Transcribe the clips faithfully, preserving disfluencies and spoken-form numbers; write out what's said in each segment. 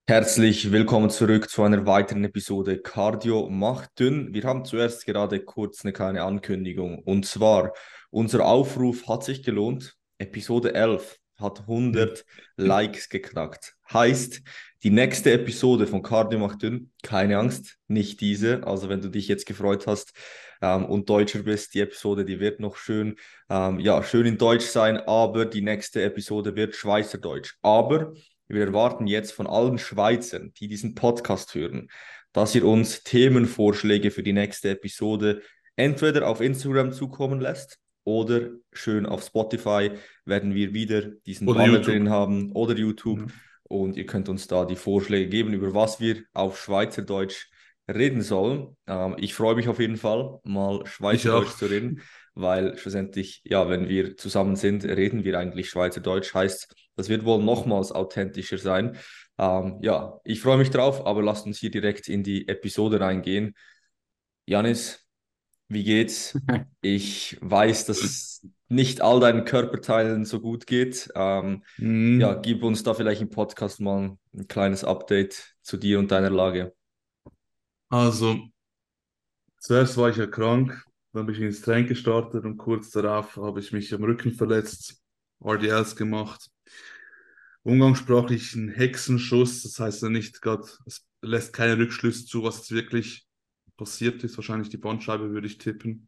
Herzlich willkommen zurück zu einer weiteren Episode Cardio macht dünn. Wir haben zuerst gerade kurz eine kleine Ankündigung. Und zwar, unser Aufruf hat sich gelohnt. Episode elf hat Hm. hundert Likes geknackt. Heißt, die nächste Episode von Cardio macht dünn, keine Angst, nicht diese. Also wenn du dich jetzt gefreut hast ähm, und Deutscher bist, die Episode, die wird noch schön, ähm, ja, schön in Deutsch sein, aber die nächste Episode wird Schweizerdeutsch. Aber wir erwarten jetzt von allen Schweizern, die diesen Podcast hören, dass ihr uns Themenvorschläge für die nächste Episode entweder auf Instagram zukommen lässt oder schön auf Spotify werden wir wieder diesen Oder Banner YouTube. drin haben oder YouTube Ja. und ihr könnt uns da die Vorschläge geben, über was wir auf Schweizerdeutsch reden sollen. Ähm, ich freue mich auf jeden Fall, mal Ich auch. Schweizerdeutsch zu reden, weil schlussendlich, ja, wenn wir zusammen sind, reden wir eigentlich Schweizerdeutsch. Heißt, das wird wohl nochmals authentischer sein. Ähm, ja, ich freue mich drauf, aber lasst uns hier direkt in die Episode reingehen. Janis, wie geht's? Ich weiß, dass nicht all deinen Körperteilen so gut geht. Ähm, ja, Mhm. gib uns da vielleicht im Podcast mal ein kleines Update zu dir und deiner Lage. Also, zuerst war ich ja krank, dann bin ich ins Training gestartet und kurz darauf habe ich mich am Rücken verletzt, R D Ls gemacht. Umgangssprachlich ein Hexenschuss, das heißt ja nicht gerade, es lässt keine Rückschlüsse zu, was jetzt wirklich passiert ist. Wahrscheinlich die Bandscheibe würde ich tippen,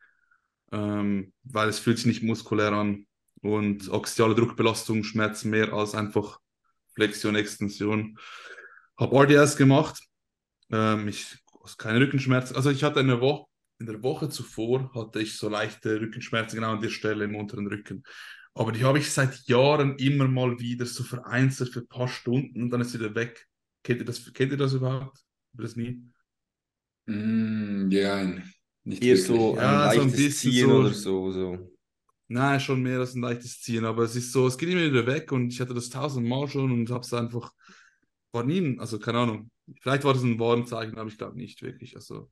ähm, weil es fühlt sich nicht muskulär an und axiale Druckbelastung schmerzt mehr als einfach Flexion, Extension. Habe R D Ls gemacht. Ähm, ich also keine Rückenschmerzen. Also ich hatte eine Woche, in der Woche zuvor hatte ich so leichte Rückenschmerzen genau an der Stelle im unteren Rücken. Aber die habe ich seit Jahren immer mal wieder so vereinzelt für ein paar Stunden und dann ist sie wieder weg. Kennt ihr das, kennt ihr das überhaupt? Das nie? Mm, ja, nicht Eher wirklich. so ein Ja, so ein leichtes bisschen Ziehen so. oder so, so. Nein, schon mehr als ein leichtes Ziehen, aber es ist so, es geht immer wieder weg und ich hatte das tausendmal schon und habe es einfach, war nie, also keine Ahnung. Vielleicht war das ein Warnzeichen, aber ich glaube nicht wirklich. Also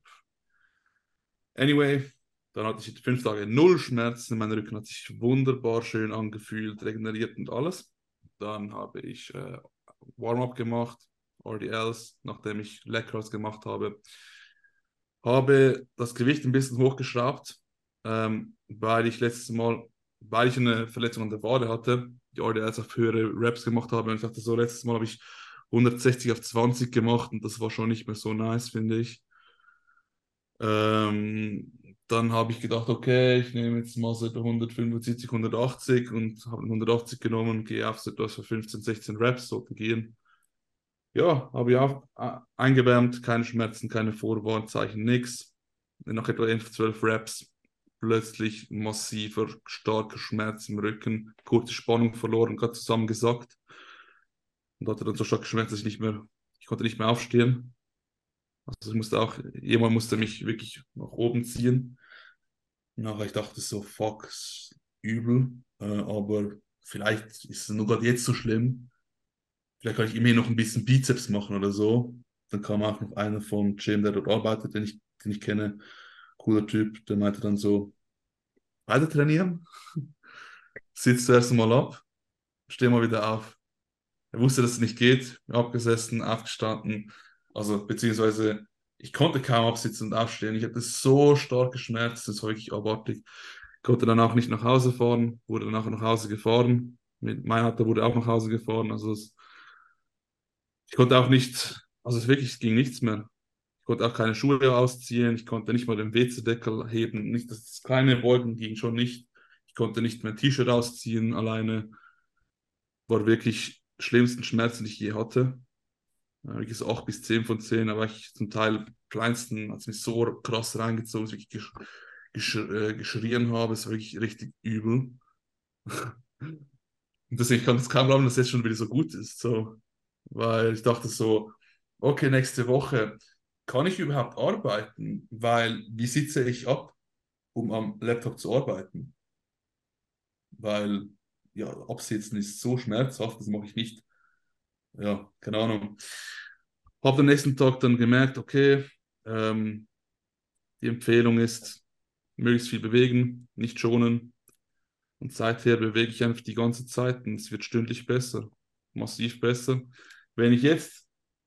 anyway, dann hatte ich fünf Tage null Schmerzen. Mein Rücken hat sich wunderbar schön angefühlt, regeneriert und alles. Dann habe ich äh, Warm-up gemacht, R D Ls, nachdem ich Leg Curls gemacht habe. Habe das Gewicht ein bisschen hochgeschraubt, ähm, weil ich letztes Mal, weil ich eine Verletzung an der Wade hatte, die R D Ls auf höhere Reps gemacht habe. Und ich dachte so, letztes Mal habe ich hundertsechzig auf zwanzig gemacht und das war schon nicht mehr so nice, finde ich. Ähm, Dann habe ich gedacht, okay, ich nehme jetzt mal so etwa hundertfünfundsiebzig, hundertachtzig und habe hundertachtzig genommen und gehe auf so etwas für fünfzehn, sechzehn Reps, sollte gehen. Ja, habe ich auch äh, eingewärmt, keine Schmerzen, keine Vorwarnzeichen, nichts. Nach etwa elf, zwölf Reps plötzlich massiver, starker Schmerz im Rücken, kurze Spannung verloren, gerade zusammengesackt und hatte dann so starke Schmerzen, dass ich nicht mehr, ich konnte nicht mehr aufstehen. Also ich musste auch, jemand musste mich wirklich nach oben ziehen. Aber ich dachte so, fuck, ist übel. Äh, aber vielleicht ist es nur gerade jetzt so schlimm. Vielleicht kann ich immerhin noch ein bisschen Bizeps machen oder so. Dann kam auch noch einer vom Gym, der dort arbeitet, den ich, den ich kenne. Cooler Typ, der meinte dann so, weiter trainieren, sitzt zuerst mal ab, steh mal wieder auf. Er wusste, dass es nicht geht, abgesessen, aufgestanden. Also, beziehungsweise, ich konnte kaum absitzen und aufstehen. Ich hatte so starke Schmerzen, das war wirklich abartig. Konnte dann auch nicht nach Hause fahren, wurde dann auch nach Hause gefahren. Mit, mein Auto wurde auch nach Hause gefahren. Also, es, ich konnte auch nicht, also es wirklich, es ging nichts mehr. Ich konnte auch keine Schuhe ausziehen. Ich konnte nicht mal den W C-Deckel heben. Nicht das, das kleine Beugen ging schon nicht. Ich konnte nicht mehr T-Shirt ausziehen alleine. War wirklich schlimmsten Schmerzen, die ich je hatte. Ja, wirklich so acht bis zehn von zehn, aber ich zum Teil kleinsten, hat es mich so krass reingezogen, dass ich gesch gesch äh, geschrien habe. Es war wirklich richtig übel. Und deswegen kann ich kaum glauben, dass es jetzt schon wieder so gut ist. So. Weil ich dachte so, okay, nächste Woche, kann ich überhaupt arbeiten? Weil, wie sitze ich ab, um am Laptop zu arbeiten? Weil, ja, Absitzen ist so schmerzhaft, das mache ich nicht. Ja, keine Ahnung. Habe am nächsten Tag dann gemerkt, okay, ähm, die Empfehlung ist, möglichst viel bewegen, nicht schonen. Und seither bewege ich einfach die ganze Zeit und es wird stündlich besser, massiv besser. Wenn ich jetzt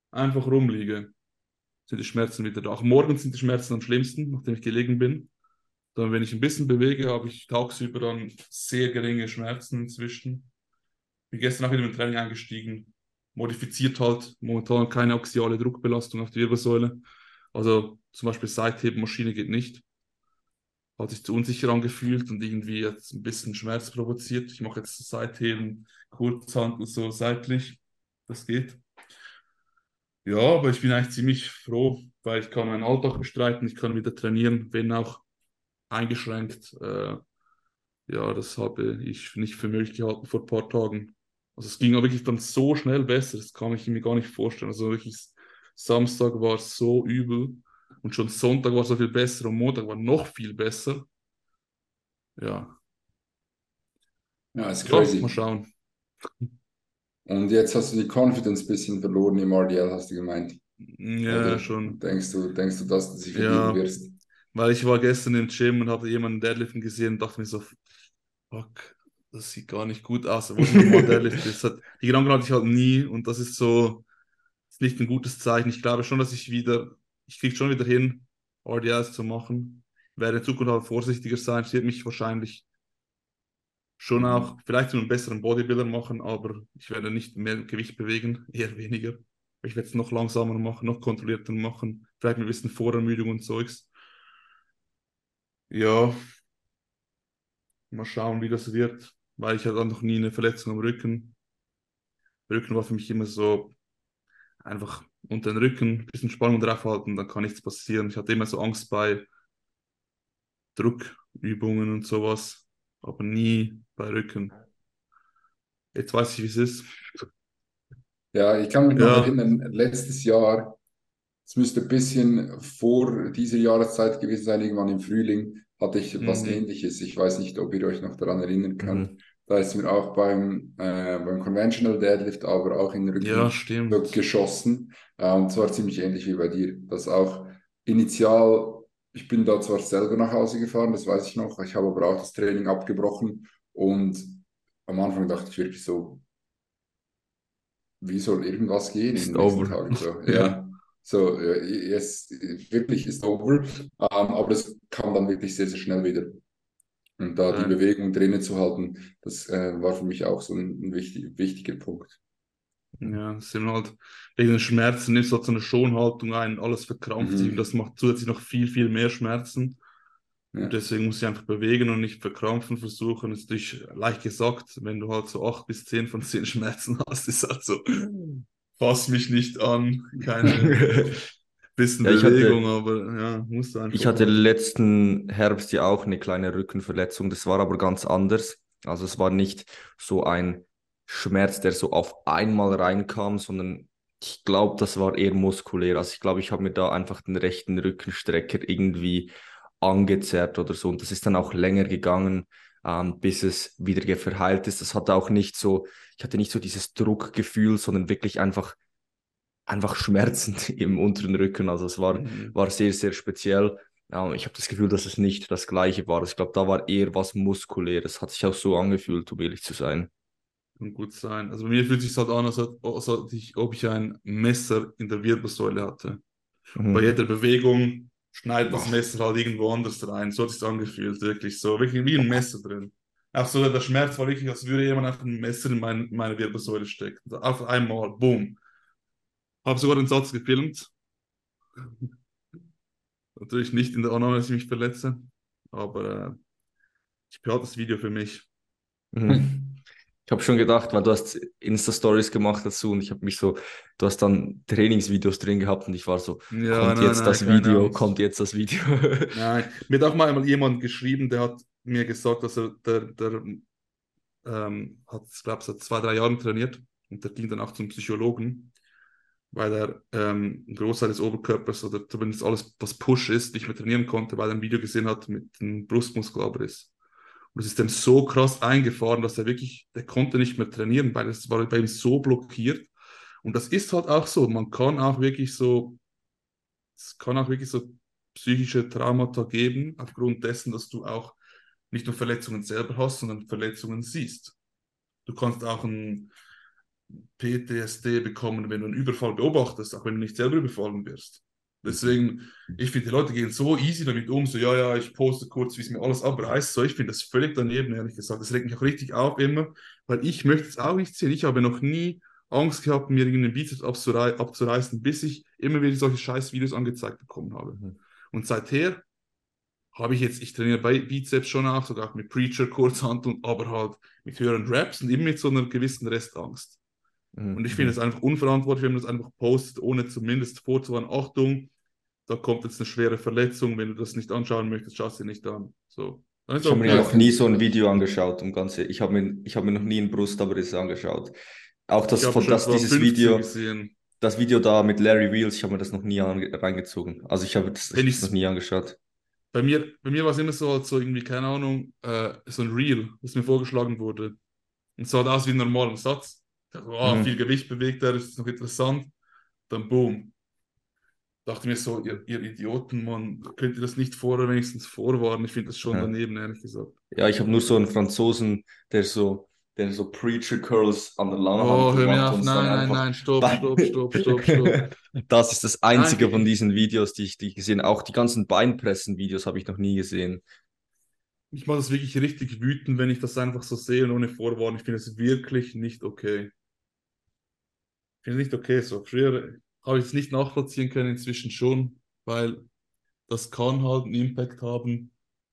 einfach rumliege, sind die Schmerzen wieder da. Auch morgens sind die Schmerzen am schlimmsten, nachdem ich gelegen bin. Dann, wenn ich ein bisschen bewege, habe ich tagsüber dann sehr geringe Schmerzen inzwischen. Bin gestern auch wieder mit dem Training eingestiegen, modifiziert halt, momentan keine axiale Druckbelastung auf die Wirbelsäule. Also zum Beispiel Seithebmaschine geht nicht. Hat sich zu unsicher angefühlt und irgendwie jetzt ein bisschen Schmerz provoziert. Ich mache jetzt Seitheben, Kurzhantel so seitlich. Das geht. Ja, aber ich bin eigentlich ziemlich froh, weil ich kann meinen Alltag bestreiten, ich kann wieder trainieren, wenn auch eingeschränkt. Äh, ja, das habe ich nicht für möglich gehalten vor ein paar Tagen. Also es ging auch wirklich dann so schnell besser, das kann ich mir gar nicht vorstellen. Also wirklich Samstag war es so übel und schon Sonntag war es so viel besser und Montag war noch viel besser. Ja, Ja, ist ja, mal crazy. schauen. Und jetzt hast du die Confidence ein bisschen verloren im R D L, hast du gemeint. Ja, Oder schon. denkst du, denkst du, dass du sie verlieren Ja, wirst? weil ich war gestern im Gym und habe jemanden Deadliften gesehen und dachte mir so, fuck, das sieht gar nicht gut aus. Wo ich normal Deadlift ist. Hat, die Gedanken hatte ich halt nie und das ist so, ist nicht ein gutes Zeichen. Ich glaube schon, dass ich wieder, ich kriege schon wieder hin, R D Ls zu machen. Werde in Zukunft halt vorsichtiger sein. Es wird mich wahrscheinlich schon auch Mhm. vielleicht zu einem besseren Bodybuilder machen, aber ich werde nicht mehr Gewicht bewegen, eher weniger. Ich werde es noch langsamer machen, noch kontrollierter machen, vielleicht mit ein bisschen Vorermüdung und Zeugs. Ja, mal schauen, wie das wird, weil ich hatte auch noch nie eine Verletzung am Rücken. Rücken war für mich immer so einfach unter den Rücken, ein bisschen Spannung draufhalten, dann kann nichts passieren. Ich hatte immer so Angst bei Druckübungen und sowas, aber nie bei Rücken. Jetzt weiß ich, wie es ist. Ja, ich kann mich noch Ja, erinnern, letztes Jahr, es müsste ein bisschen vor dieser Jahreszeit gewesen sein, irgendwann im Frühling, hatte ich was mhm. Ähnliches. Ich weiß nicht, ob ihr euch noch daran erinnern könnt. Mhm. Da ist mir auch beim, äh, beim Conventional Deadlift, aber auch in den Ja, Rücken so stimmt. geschossen. Äh, und zwar ziemlich ähnlich wie bei dir. Das auch initial, ich bin da zwar selber nach Hause gefahren, das weiß ich noch, ich habe aber auch das Training abgebrochen und am Anfang dachte ich wirklich so, wie soll irgendwas gehen in Ist den nächsten over. Tagen? So, Ja, ja, so, äh, es wirklich ist over, ähm, aber das kam dann wirklich sehr, sehr schnell wieder. Und da die geil. Bewegung drinnen zu halten, das äh, war für mich auch so ein, ein wichtig, wichtiger Punkt. Ja, das sind halt wegen den Schmerzen, nimmst du halt so eine Schonhaltung ein, alles verkrampft sich und Mhm. das macht zusätzlich noch viel, viel mehr Schmerzen. Und Ja. deswegen muss ich einfach bewegen und nicht verkrampfen versuchen. Das ist natürlich leicht gesagt, wenn du halt so acht bis zehn von zehn Schmerzen hast, ist halt so, fass mich nicht an, keine bisschen Ja, ich Bewegung, hatte, aber ja, musst du ich einfach hatte machen. letzten Herbst ja auch eine kleine Rückenverletzung. Das war aber ganz anders. Also es war nicht so ein Schmerz, der so auf einmal reinkam, sondern ich glaube, das war eher muskulär. Also ich glaube, ich habe mir da einfach den rechten Rückenstrecker irgendwie angezerrt oder so. Und das ist dann auch länger gegangen, ähm, bis es wieder ge- verheilt ist. Das hatte auch nicht so, ich hatte nicht so dieses Druckgefühl, sondern wirklich einfach einfach schmerzend im unteren Rücken. Also es war, Mhm. war sehr, sehr speziell. Ja, ich habe das Gefühl, dass es nicht das Gleiche war. Ich glaube, da war eher was Muskuläres. Hat sich auch so angefühlt, um ehrlich zu sein. Kann gut sein. Also bei mir fühlt es sich halt an, als, hat- als hätte ich, ob ich ein Messer in der Wirbelsäule hatte. Bei Mhm. jeder Bewegung schneidet das Boah. Messer halt irgendwo anders rein. So hat es sich angefühlt, wirklich so. Wirklich wie ein Messer drin. Auch so, der Schmerz war wirklich, als würde jemand einfach ein Messer in mein, meine Wirbelsäule stecken. So auf einmal, boom. Habe sogar den Satz gefilmt. Natürlich nicht in der Annahme, dass ich mich verletze. Aber äh, ich behalte das Video für mich. Mhm. Ich habe schon gedacht, weil du hast Insta-Stories gemacht dazu und ich habe mich so, du hast dann Trainingsvideos drin gehabt und ich war so, Ja, kommt nein, jetzt nein, das keine Video, kommt Angst. jetzt das Video. Nein, mir hat auch mal jemand geschrieben, der hat mir gesagt, dass er der, der ähm, hat, glaube ich, seit zwei, drei Jahren trainiert und der ging dann auch zum Psychologen, weil er ähm, einen Großteil des Oberkörpers oder zumindest alles, was Push ist, nicht mehr trainieren konnte, weil er ein Video gesehen hat mit einem Brustmuskelabriss. Und das ist dem so krass eingefahren, dass er wirklich, der konnte nicht mehr trainieren, weil es war bei ihm so blockiert. Und das ist halt auch so, man kann auch wirklich so, es kann auch wirklich so psychische Traumata geben, aufgrund dessen, dass du auch nicht nur Verletzungen selber hast, sondern Verletzungen siehst. Du kannst auch ein P T S D bekommen, wenn du einen Überfall beobachtest, auch wenn du nicht selber überfallen wirst. Deswegen, ich finde, die Leute gehen so easy damit um, so, ja, ja, ich poste kurz, wie es mir alles abreißt. So, ich finde das völlig daneben, ehrlich gesagt. Das regt mich auch richtig auf immer, weil ich möchte es auch nicht sehen. Ich habe noch nie Angst gehabt, mir irgendeinen Bizeps abzurei abzureißen, bis ich immer wieder solche scheiß Videos angezeigt bekommen habe. Mhm. Und seither habe ich jetzt, ich trainiere bei Bizeps schon auch, sogar mit Preacher, Kurzhanteln, aber halt mit höheren Reps und immer mit so einer gewissen Restangst. Und ich finde es Mhm. einfach unverantwortlich, wenn man das einfach postet, ohne zumindest vorzuwarnen, Achtung, da kommt jetzt eine schwere Verletzung, wenn du das nicht anschauen möchtest, schau es dir nicht an. So. Dann ist Ich habe mir okay, Ja, noch finde nie ich. so ein Video angeschaut, um ganze. Ich habe mir, ich habe mir noch nie einen Brustabriss angeschaut. Auch Ich das habe von schon das etwa dieses fünfzehn Video, gesehen. das Video da mit Larry Wheels, ich habe mir das noch nie ange reingezogen. Also ich habe das, ich Wenn habe das noch ich's, nie angeschaut. bei mir, bei mir war es immer so, als so irgendwie, keine Ahnung, äh, so ein Reel, das mir vorgeschlagen wurde. Und es sah aus wie ein normaler Satz. Ich dachte, oh, viel Mhm. Gewicht bewegt er, ist noch interessant. Dann boom. Dachte mir so, ihr, ihr Idioten, Mann, könnt ihr das nicht vorher wenigstens vorwarnen? Ich finde das schon Ja, daneben, ehrlich gesagt. ja, ich habe nur so einen Franzosen, der so, der so Preacher Curls an der Oh, Langhantel hör mir macht auf. und es dann Nein, nein, einfach nein, stopp, Bein. stopp, stopp, stopp, stopp. Das ist das Nein, einzige von ich, diesen Videos, die ich, die ich gesehen habe. Auch die ganzen Beinpressen-Videos habe ich noch nie gesehen. ich mache das wirklich richtig wütend, wenn ich das einfach so sehe und ohne Vorwarnung. Ich finde das wirklich nicht okay. Ich finde es nicht okay. So, früher habe ich es nicht nachvollziehen können, inzwischen schon, weil das kann halt einen Impact haben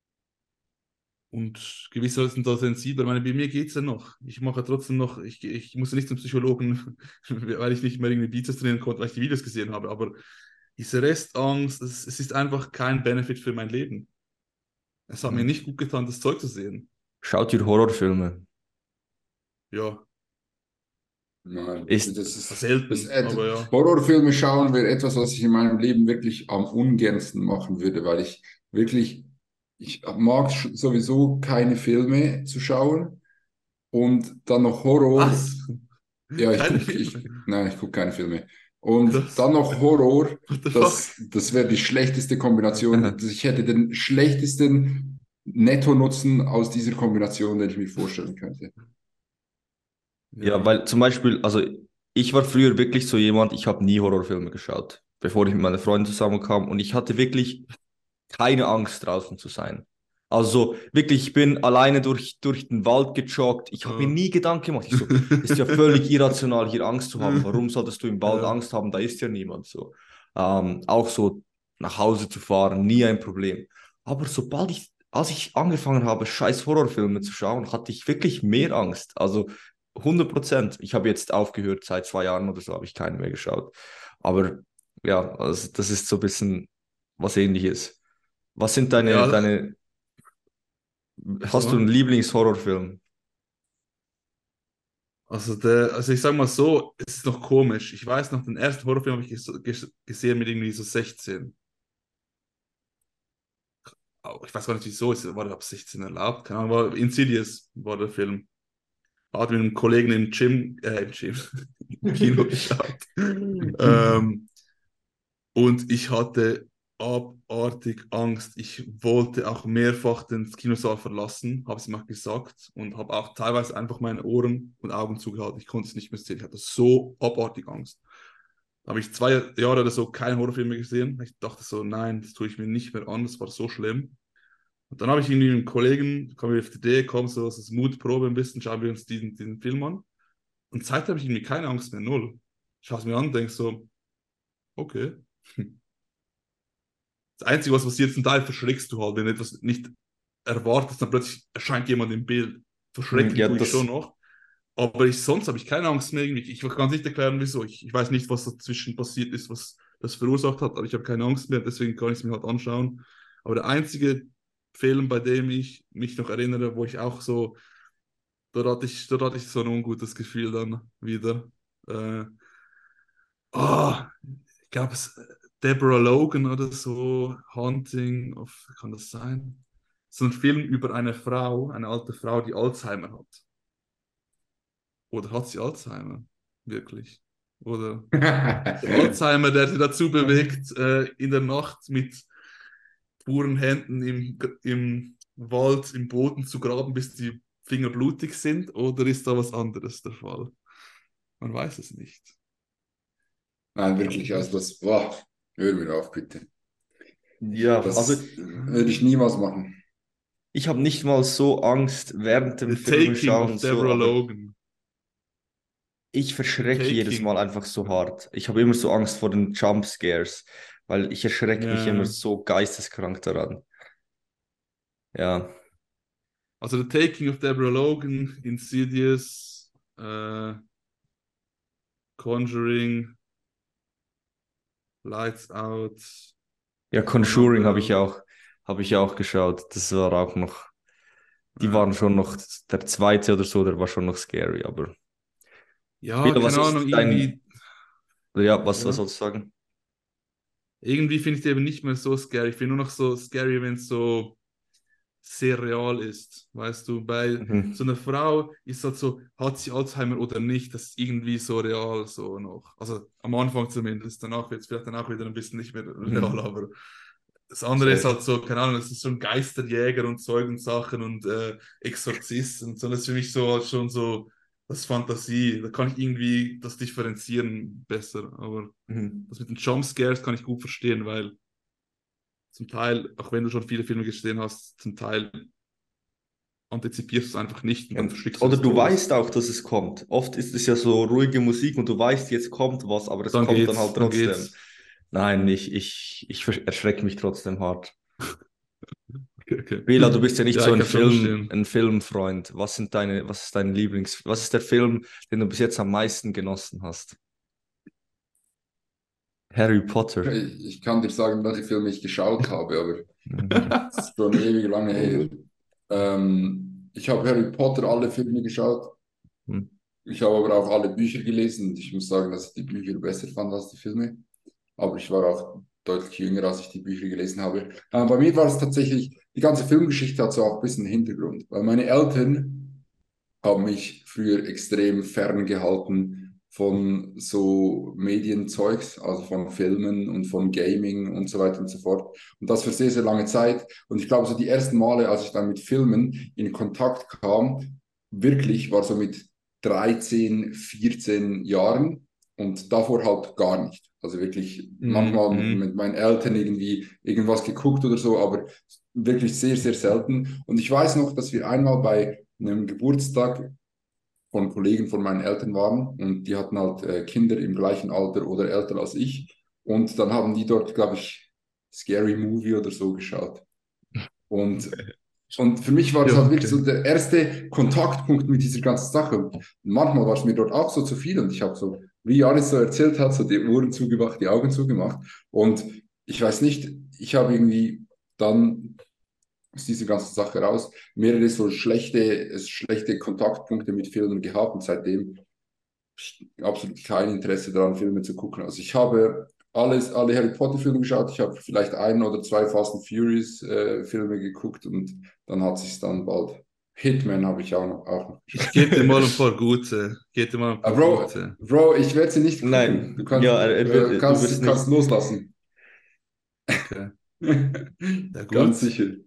und gewisse sind da sensibel. Ich meine, bei mir geht es ja noch. Ich mache trotzdem noch, ich, ich muss ja nicht zum Psychologen, weil ich nicht mehr irgendwie Bizeps trainieren konnte, weil ich die Videos gesehen habe, aber diese Restangst, es, es ist einfach kein Benefit für mein Leben. Es hat mir Mhm. nicht gut getan, das Zeug zu sehen. Schaut ihr Horrorfilme? Ja, nein, Ist, das ist, das, selten, äh, aber ja. Horrorfilme schauen wäre etwas, was ich in meinem Leben wirklich am ungernsten machen würde, weil ich wirklich, ich mag sch- sowieso keine Filme zu schauen und dann noch Horror. Was? Ja, ich Keine gucke, ich, Filme. nein, ich gucke keine Filme. Und Krass. dann noch Horror, What the fuck? das, das wäre die schlechteste Kombination. Ich hätte den schlechtesten Netto-Nutzen aus dieser Kombination, den ich mir vorstellen könnte. ja, Ja. weil zum Beispiel, also ich war früher wirklich so jemand, ich habe nie Horrorfilme geschaut, bevor ich mit meiner Freundin zusammenkam und ich hatte wirklich keine Angst, draußen zu sein. Also wirklich, ich bin alleine durch, durch den Wald gejoggt. Ich habe mir Ah. nie Gedanken gemacht. Ich so, ist ja völlig irrational, hier Angst zu haben. Warum solltest du im Wald Ja. Angst haben? Da ist ja niemand so. Ähm, auch so nach Hause zu fahren, nie ein Problem. Aber sobald ich, als ich angefangen habe, scheiß Horrorfilme zu schauen, hatte ich wirklich mehr Angst. Also hundert Prozent. Ich habe jetzt aufgehört, seit zwei Jahren oder so habe ich keine mehr geschaut. Aber ja, also das ist so ein bisschen was Ähnliches. Was sind deine, Ja, deine, hast du einen so. Lieblingshorrorfilm? Also, der, also ich sag mal so, es ist noch komisch. Ich weiß noch, den ersten Horrorfilm habe ich ges ges gesehen mit irgendwie so sechzehn. Au, ich weiß gar nicht wieso, es war der ab sechzehn erlaubt. Keine Ahnung, war Insidious war der Film. Hat mit einem Kollegen im Gym, äh, im Gym, im Kino geschaut. Ähm, und ich hatte abartig Angst. Ich wollte auch mehrfach den Kinosaal verlassen, habe es ihm auch gesagt und habe auch teilweise einfach meine Ohren und Augen zugehalten. Ich konnte es nicht mehr sehen. Ich hatte so abartig Angst. Da habe ich zwei Jahre oder so keine Horrorfilme gesehen. Ich dachte so, nein, das tue ich mir nicht mehr an. Das war so schlimm. Und dann habe ich irgendwie mit einem Kollegen, kam ich auf die Idee, komm, so, das ist Mutprobe ein bisschen, schauen wir uns diesen, diesen Film an. Und seitdem habe ich irgendwie keine Angst mehr, null. Ich schaue es mir an und denke so, okay. Das Einzige, was passiert, zum Teil verschreckst du halt, wenn du etwas nicht erwartest, dann plötzlich erscheint jemand im Bild. Hm, Verschrecken ja, tue ich schon das, noch. Aber ich, sonst habe ich keine Angst mehr. Irgendwie. Ich kann es nicht erklären, wieso. Ich, ich weiß nicht, was dazwischen passiert ist, was das verursacht hat, aber ich habe keine Angst mehr, deswegen kann ich es mir halt anschauen. Aber der einzige Film, bei dem ich mich noch erinnere, wo ich auch so, dort hatte ich, dort hatte ich so ein ungutes Gefühl dann wieder. Äh, oh, ich glaube, es Deborah Logan oder so, Haunting of, kann das sein? So ein Film über eine Frau, eine alte Frau, die Alzheimer hat. Oder hat sie Alzheimer? Wirklich? Oder der Alzheimer, der sie dazu bewegt, äh, in der Nacht mit puren Händen im, im Wald, im Boden zu graben, bis die Finger blutig sind? Oder ist da was anderes der Fall? Man weiß es nicht. Nein, wirklich, also das, boah, hör mir auf, bitte. Ja, also Das würde ich niemals machen. ich habe nicht mal so Angst während dem The Film Taking schauen of und so, Deborah aber Logan. ich The verschrecke jedes Mal Taking. einfach so hart. Ich habe immer so Angst vor den Jump Scares, weil ich erschrecke mich immer Ja. so geisteskrank daran. Ja, Also The Taking of Deborah Logan, Insidious, äh, Conjuring, Lights Out, ja, Conjuring habe ich Annabelle. auch, habe ich auch geschaut. Das war auch noch, die Ja. waren schon noch, der zweite oder so, der war schon noch scary, aber. Ja, Bela, was keine Ahnung, ist irgendwie, dein, ja, was, was ja. sollst du sagen? Irgendwie finde ich die eben nicht mehr so scary. Ich finde nur noch so scary, wenn es so sehr real ist. Weißt du, bei Mhm. so einer Frau ist halt so, hat sie Alzheimer oder nicht, das ist irgendwie so real so noch. Also am Anfang zumindest, danach wird es vielleicht danach wieder ein bisschen nicht mehr real, Mhm. aber das andere ist Safe. halt so, keine Ahnung, es ist schon Geisterjäger und Zeugensachen und äh, Exorzisten, so das ist für mich so halt schon so, das ist Fantasie, da kann ich irgendwie das differenzieren besser, aber Mhm. das mit den Jumpscares kann ich gut verstehen, weil zum Teil, auch wenn du schon viele Filme gesehen hast, zum Teil antizipierst du es einfach nicht und dann Und, verschrickst du oder des du Todes. weißt auch, dass es kommt. Oft ist es ja so ruhige Musik und du weißt, jetzt kommt was, aber es Dann kommt dann geht's, halt dann trotzdem. geht's. Nein, ich, ich, ich versch- erschrecke mich trotzdem hart. Okay, okay. Bela, du bist ja nicht Ja, so ich ein kann schon Film, verstehen. ein Filmfreund. Was sind deine, was ist dein Lieblings, was ist der Film, den du bis jetzt am meisten genossen hast? Harry Potter. Ich, ich kann dir sagen, welche Filme ich geschaut habe, aber Mhm. das ist schon ewig lange her. Ähm, ich habe Harry Potter alle Filme geschaut. Mhm. Ich habe aber auch alle Bücher gelesen und ich muss sagen, dass ich die Bücher besser fand als die Filme. Aber ich war auch deutlich jünger, als ich die Bücher gelesen habe. Äh, bei mir war es tatsächlich, die ganze Filmgeschichte hat so auch ein bisschen Hintergrund, weil meine Eltern haben mich früher extrem ferngehalten von so Medienzeugs, also von Filmen und von Gaming und so weiter und so fort. Und das für sehr, sehr lange Zeit. Und ich glaube, so die ersten Male, als ich dann mit Filmen in Kontakt kam, wirklich war so mit dreizehn, vierzehn Jahren und davor halt gar nicht. Also wirklich Mhm, manchmal mit, mhm. mit meinen Eltern irgendwie irgendwas geguckt oder so, aber wirklich sehr, sehr selten. Und ich weiß noch, dass wir einmal bei einem Geburtstag von Kollegen von meinen Eltern waren und die hatten halt äh, Kinder im gleichen Alter oder älter als ich. Und dann haben die dort, glaube ich, Scary Movie oder so geschaut. Und, und für mich war das Ja, halt wirklich so okay. der erste Kontaktpunkt mit dieser ganzen Sache. Und manchmal war es mir dort auch so zu viel und ich habe so, wie Janis so erzählt hat, so die Ohren zugemacht, die Augen zugemacht. Und ich weiß nicht, ich habe irgendwie dann aus dieser ganzen Sache raus mehrere so schlechte, schlechte Kontaktpunkte mit Filmen gehabt und seitdem absolut kein Interesse daran, Filme zu gucken. Also ich habe alles, alle Harry Potter Filme geschaut, ich habe vielleicht ein oder zwei Fast and Furious äh, Filme geguckt und dann hat sich dann bald. Hitman habe ich auch noch, auch noch Ich geschaut. gebe dir mal ein paar gute. Ich gebe dir mal ein paar Aber Bro, gute. Bro, ich werde sie nicht gucken. Du Nein, kannst, ja, er, er äh, wird, du kannst, wirst du kannst nicht. loslassen. Okay. Ja, Ganz gut. sicher.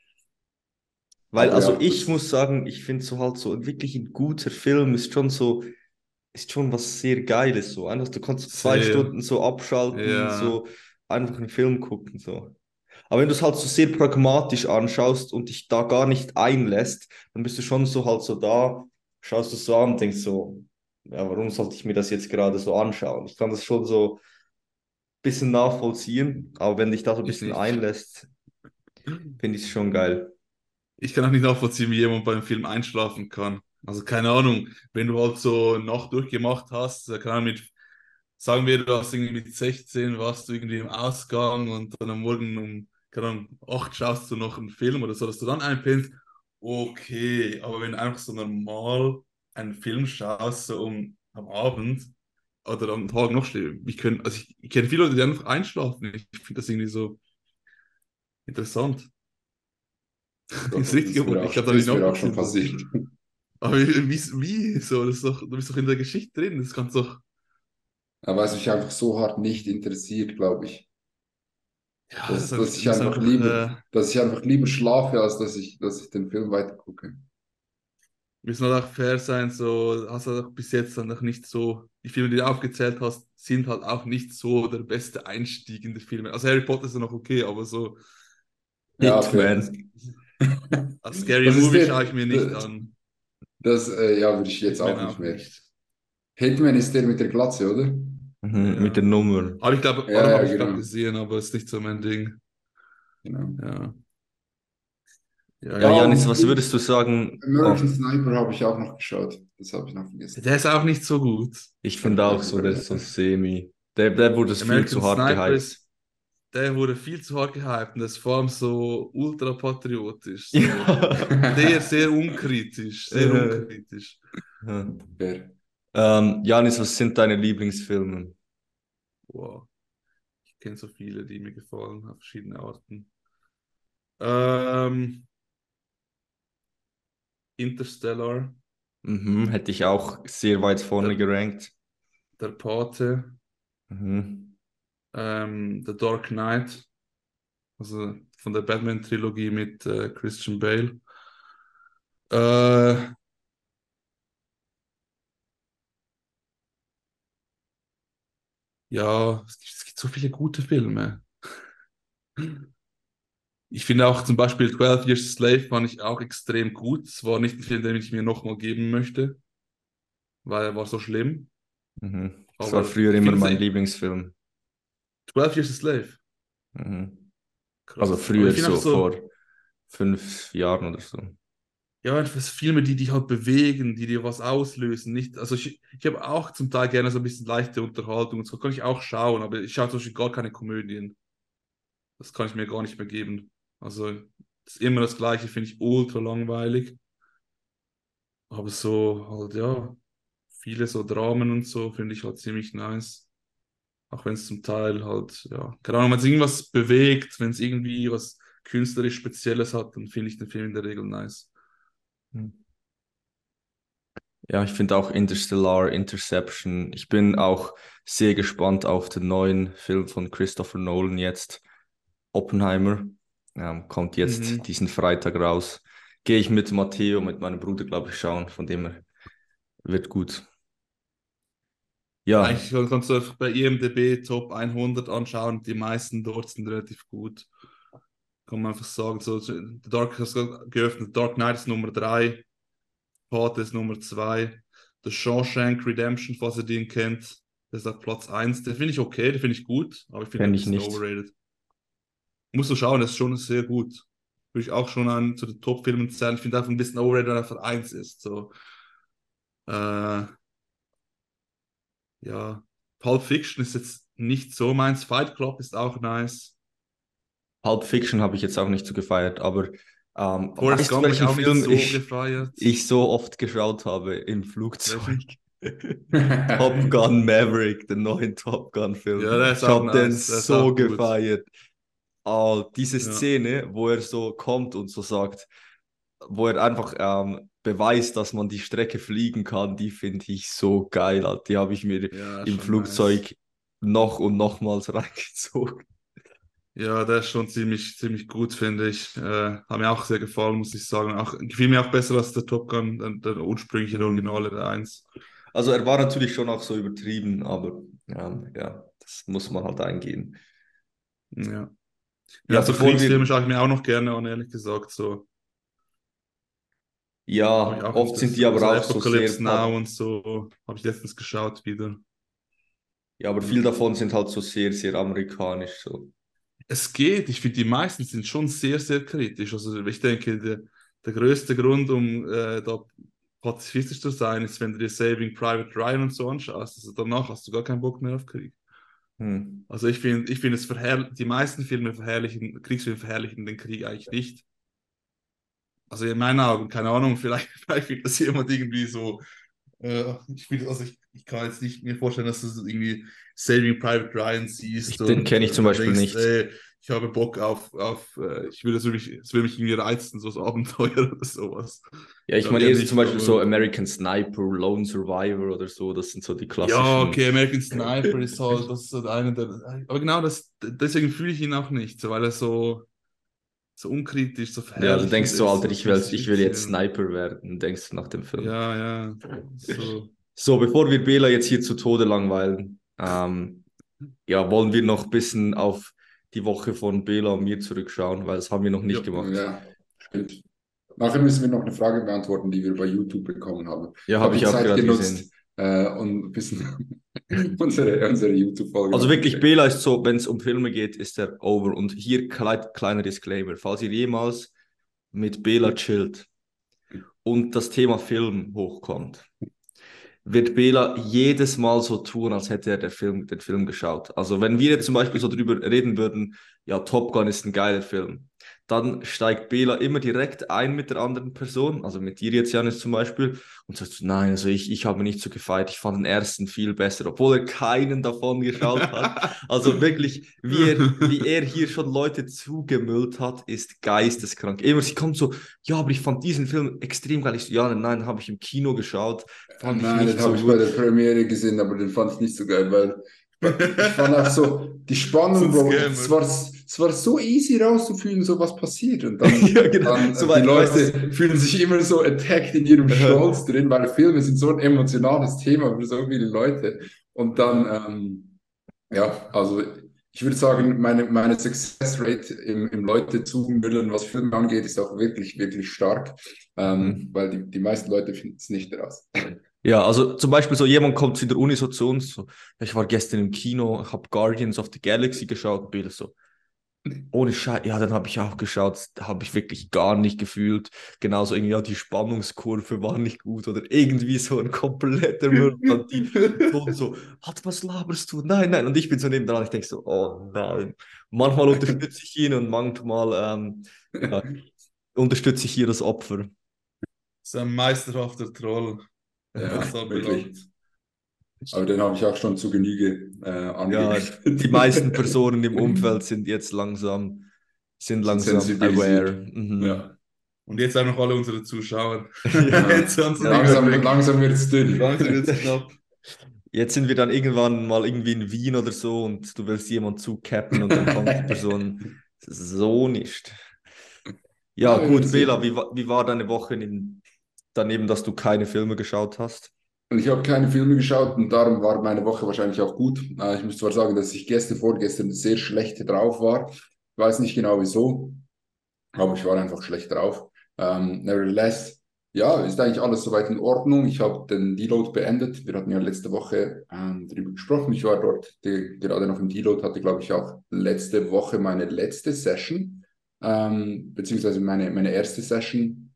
Weil, Aber also ja, ich das. muss sagen, ich finde so halt so wirklich ein guter Film ist schon so, ist schon was sehr Geiles so. Einfach, du kannst so zwei Sehr. Stunden so abschalten, Ja. so einfach einen Film gucken so. Aber wenn du es halt so sehr pragmatisch anschaust und dich da gar nicht einlässt, dann bist du schon so halt so da, schaust du so an und denkst so, ja, warum sollte ich mir das jetzt gerade so anschauen? Ich kann das schon so ein bisschen nachvollziehen, aber wenn dich da so ein Ich bisschen nicht. einlässt, finde ich es schon geil. Ich kann auch nicht nachvollziehen, wie jemand beim Film einschlafen kann. Also keine Ahnung, wenn du halt so eine Nacht durchgemacht hast, äh, keine Ahnung, mit, sagen wir, du hast irgendwie mit sechzehn, warst du irgendwie im Ausgang und dann am Morgen um, keine Ahnung, acht schaust du noch einen Film oder so, dass du dann einpennst. Okay, aber wenn du einfach so normal einen Film schaust, so um, am Abend oder am Tag noch schlimmer, ich, können, also ich, ich kenne viele Leute, die einfach einschlafen. Ich finde das irgendwie so interessant. Gott, Ist das richtig ist mir geworden. Ich auch, kann das da nicht ist mir auch schon nachvollziehen. So. passiert. Aber wie, wie, wie? So, das ist doch, du bist doch in der Geschichte drin. Das kannst doch. Ja, weil es mich einfach so hart nicht interessiert, glaube ich. Ja, das ist Dass, einfach, dass du ich musst einfach einfach. lieber, Äh, dass ich einfach lieber schlafe, als dass ich, dass ich den Film weitergucke. müssen halt auch fair sein, so hast du auch bis jetzt dann noch nicht so, die Filme, die du aufgezählt hast, sind halt auch nicht so der beste Einstieg in die Filme. Also Harry Potter ist ja noch okay, aber so Ja, fair. Hitman. a Scary Was ist Movie der? schaue ich mir nicht an. Das, äh, ja, würde ich jetzt Hitman auch nicht auch mehr. nicht. Hitman ist der mit der Glatze, oder? Mhm, mit Ja. der Nummer. Aber ich glaube, Ja, oder ja, habe ich gerade genau. gesehen, aber ist nicht so mein Ding. genau. Ja, ja, Ja, Ja, ja. Janis, und was würdest du sagen? American Oh, Sniper habe ich auch noch geschaut. Das habe ich noch vergessen. Der ist auch nicht so gut. ich Das habe finde ich auch auch so, der ist so vergessen. semi. Der, der wurde viel American zu hart Sniper gehypt. ist, der wurde viel zu hart gehypt und das ist vor allem so ultra patriotisch, so sehr, Ja. sehr unkritisch, sehr Äh, unkritisch. ja. Fair. Ähm, Janis, was sind deine Lieblingsfilme? Wow, ich kenne so viele, die mir gefallen, auf verschiedene Arten. Ähm, Interstellar, Mhm, hätte ich auch sehr weit vorne der, gerankt. der Pate, Mhm. ähm, The Dark Knight, also von der Batman-Trilogie mit äh, Christian Bale. Äh, ja, es gibt, es gibt so viele gute Filme. Ich finde auch zum Beispiel zwölf Years a Slave fand ich auch extrem gut. Es war nicht ein Film, den ich mir nochmal geben möchte, weil er war so schlimm. Mhm. Das war Aber früher ich immer finde mein es Lieblingsfilm. zwölf Years a Slave. Mhm. Also Krass. Aber früher, ich finde auch so so, vor fünf Jahren oder so. ja, etwas Filme, die dich halt bewegen, die dir was auslösen. Nicht, also ich, ich habe auch zum Teil gerne so ein bisschen leichte Unterhaltung und so kann ich auch schauen, aber ich schaue zum Beispiel gar keine Komödien. Das kann ich mir gar nicht mehr geben. Also das ist immer das Gleiche, finde ich ultra langweilig. Aber so halt, ja, viele so Dramen und so finde ich halt ziemlich nice. Auch wenn es zum Teil halt, ja, keine Ahnung, wenn es irgendwas bewegt, wenn es irgendwie was künstlerisch Spezielles hat, dann finde ich den Film in der Regel nice. Ja, ich finde auch Interstellar, Interception. Ich bin auch sehr gespannt auf den neuen Film von Christopher Nolan jetzt. Oppenheimer. Ähm, kommt jetzt Mhm. diesen Freitag raus. Gehe ich mit Matteo, mit meinem Bruder, glaube ich, schauen. Von dem her wird gut. Ja, Eigentlich kannst du einfach bei IMDb Top hundert anschauen, die meisten dort sind relativ gut. Kann man einfach sagen, so, The Dark hast du geöffnet, Dark Knight ist Nummer drei, Pate ist Nummer zwei, The Shawshank Redemption, falls ihr den kennt, der ist auf Platz eins. Den finde ich okay, den finde ich gut, aber ich finde ihn kenne ein ich bisschen nicht. overrated. Musst du schauen, das ist schon sehr gut. Würde ich auch schon an zu den Top-Filmen zählen. Ich finde einfach ein bisschen overrated, wenn er auf eins ist. So, äh, ja, Pulp Fiction ist jetzt nicht so meins. Fight Club ist auch nice. Pulp Fiction habe ich jetzt auch nicht so gefeiert, aber ähm, Forrest weißt du, Gump habe ich welchen auch nicht Film so ich, gefeiert. ich so oft geschaut habe im Flugzeug? Welchen? Top Gun Maverick, den neuen Top Gun-Film. Ja, der ist Ich auch habe den nice. Der ist so auch gut. gefeiert. Ah, diese Ja, Szene, wo er so kommt und so sagt, wo er einfach ähm, beweist, dass man die Strecke fliegen kann, die finde ich so geil. Alter. Die habe ich mir ja, im schon nice. Flugzeug noch und nochmals reingezogen. Ja, der ist schon ziemlich, ziemlich gut, finde ich. Äh, hat mir auch sehr gefallen, muss ich sagen. Auch, gefiel mir auch besser als der Top Gun, der, der ursprüngliche, der Mhm. Originale, der eins. Also er war natürlich schon auch so übertrieben, aber ähm, ja, das muss man halt eingehen. Ja. Ja, Ja, so bevor Kriegsfilme wir, schaue ich mir auch noch gerne an, ehrlich gesagt. So habe ich ja, auch oft sind öfters, die aber so auch so sehr, Apocalypse Now pat und so, habe ich letztens geschaut wieder. ja, aber Ja. viel davon sind halt so sehr, sehr amerikanisch. So. Es geht, ich finde, die meisten sind schon sehr, sehr kritisch. Also ich denke, der, der größte Grund, um äh, da pazifistisch zu sein, ist, wenn du dir Saving Private Ryan und so anschaust. Also danach hast du gar keinen Bock mehr auf Krieg. Hm. Also ich finde, ich finde es verherr die meisten Filme verherrlichen, Kriegsfilme verherrlichen den Krieg eigentlich nicht. Also in meinen Augen, keine Ahnung, vielleicht, vielleicht findet das jemand irgendwie so. Äh, ich finde, also ich, ich kann jetzt nicht mir vorstellen, dass du so irgendwie Saving Private Ryan siehst Ich, den und kenne ich äh, zum dann Beispiel denkst, nicht. ey, ich habe Bock auf, auf äh, ich will das wirklich, es will mich irgendwie reizen, so das Abenteuer oder sowas. Ja, Ich ich glaube meine eher eher so zum nicht, Beispiel so aber American Sniper, Lone Survivor oder so, das sind so die ja, klassischen. okay, American Sniper ist halt, das ist halt einer der, aber genau das, deswegen fühle ich ihn auch nicht, so, weil er so, so unkritisch, so Ja, du denkst verherrlichend so, ist, Alter, so ich will, findest du ich ein will jetzt bisschen, Sniper werden, denkst du nach dem Film. ja, ja, so. So, bevor wir Bela jetzt hier zu Tode langweilen, ähm, ja, wollen wir noch ein bisschen auf die Woche von Bela und mir zurückschauen, weil das haben wir noch Ja. nicht gemacht. Ja, stimmt. Nachher müssen wir noch eine Frage beantworten, die wir bei YouTube bekommen haben. Ja, Ich habe habe ich die auch Zeit gerade genutzt gesehen. äh, und ein bisschen unsere, unsere YouTube-Folge Also noch wirklich, gecheckt. Bela ist so, wenn es um Filme geht, ist er over. Und hier klei kleiner Disclaimer, falls ihr jemals mit Bela chillt und das Thema Film hochkommt, wird Bela jedes Mal so tun, als hätte er den Film, den Film geschaut. Also wenn wir jetzt zum Beispiel so drüber reden würden, ja, Top Gun ist ein geiler Film, dann steigt Bela immer direkt ein mit der anderen Person, also mit dir jetzt, Janis, zum Beispiel, und sagt so, nein, also ich, ich habe nicht so gefeiert, ich fand den ersten viel besser, obwohl er keinen davon geschaut hat. Also wirklich, wie er, wie er hier schon Leute zugemüllt hat, ist geisteskrank. Immer, sie kommt so, ja, aber ich fand diesen Film extrem geil. Ich so, ja, nein, habe ich im Kino geschaut, fand ich Nein, nicht den so habe ich bei gut. der Premiere gesehen, aber den fand ich nicht so geil, weil ich fand auch so die So Spannung, ein Bro, es Scammer. war, es war so easy rauszufühlen, so was passiert. Und dann, Ja, genau. dann So, die wei- weißt du, Leute fühlen sich immer so attacked in ihrem äh, Stolz drin, weil Filme sind so ein emotionales Thema für so viele Leute. Und dann, ähm, ja, also ich würde sagen, meine, meine Success Rate im, im Leute zumüllen, was Filme angeht, ist auch wirklich, wirklich stark, ähm, mhm. weil die, die meisten Leute finden es nicht raus. Ja, also zum Beispiel so jemand kommt in der Uni so zu uns, so, ich war gestern im Kino, ich habe Guardians of the Galaxy geschaut, Bilder so, ohne Scheiß, ja, dann habe ich auch geschaut, da habe ich wirklich gar nicht gefühlt, genauso irgendwie, ja, die Spannungskurve war nicht gut oder irgendwie so ein kompletter Müll und die Person so, halt, was laberst du? Nein, nein, und ich bin so nebendran, ich denke so, oh nein, manchmal unterstütze ich ihn und manchmal, ähm, ja, unterstütze ich hier das Opfer. So ein meisterhafter Troll, was das Ja, wirklich. anbelangt. Aber den habe ich auch schon zu Genüge äh, Ja, angeredet. die meisten Personen im Umfeld sind jetzt langsam, sind Sind langsam sensibilisiert. aware. Mhm. Ja, Und jetzt auch noch alle unsere Zuschauer. Ja. Jetzt haben sie Ja, nicht mehr langsam, weg. langsam wird es dünn. Langsam wird es knapp. jetzt sind wir dann irgendwann mal irgendwie in Wien oder so und du willst jemand zucappen und dann kommt die Person so nicht. Ja, Ja, wir werden gut, Bela, wie, sehen. wa- wie war deine Woche in, daneben, dass du keine Filme geschaut hast? Und ich habe keine Filme geschaut und darum war meine Woche wahrscheinlich auch gut. Äh, ich muss zwar sagen, dass ich gestern, vorgestern sehr schlecht drauf war. Ich weiß nicht genau wieso, aber ich war einfach schlecht drauf. Ähm, nevertheless, ja, ist eigentlich alles soweit in Ordnung. Ich habe den Deload beendet. Wir hatten ja letzte Woche ähm, darüber gesprochen. Ich war dort die, gerade noch im Deload, hatte, glaube ich, auch letzte Woche meine letzte Session, ähm, beziehungsweise meine, meine erste Session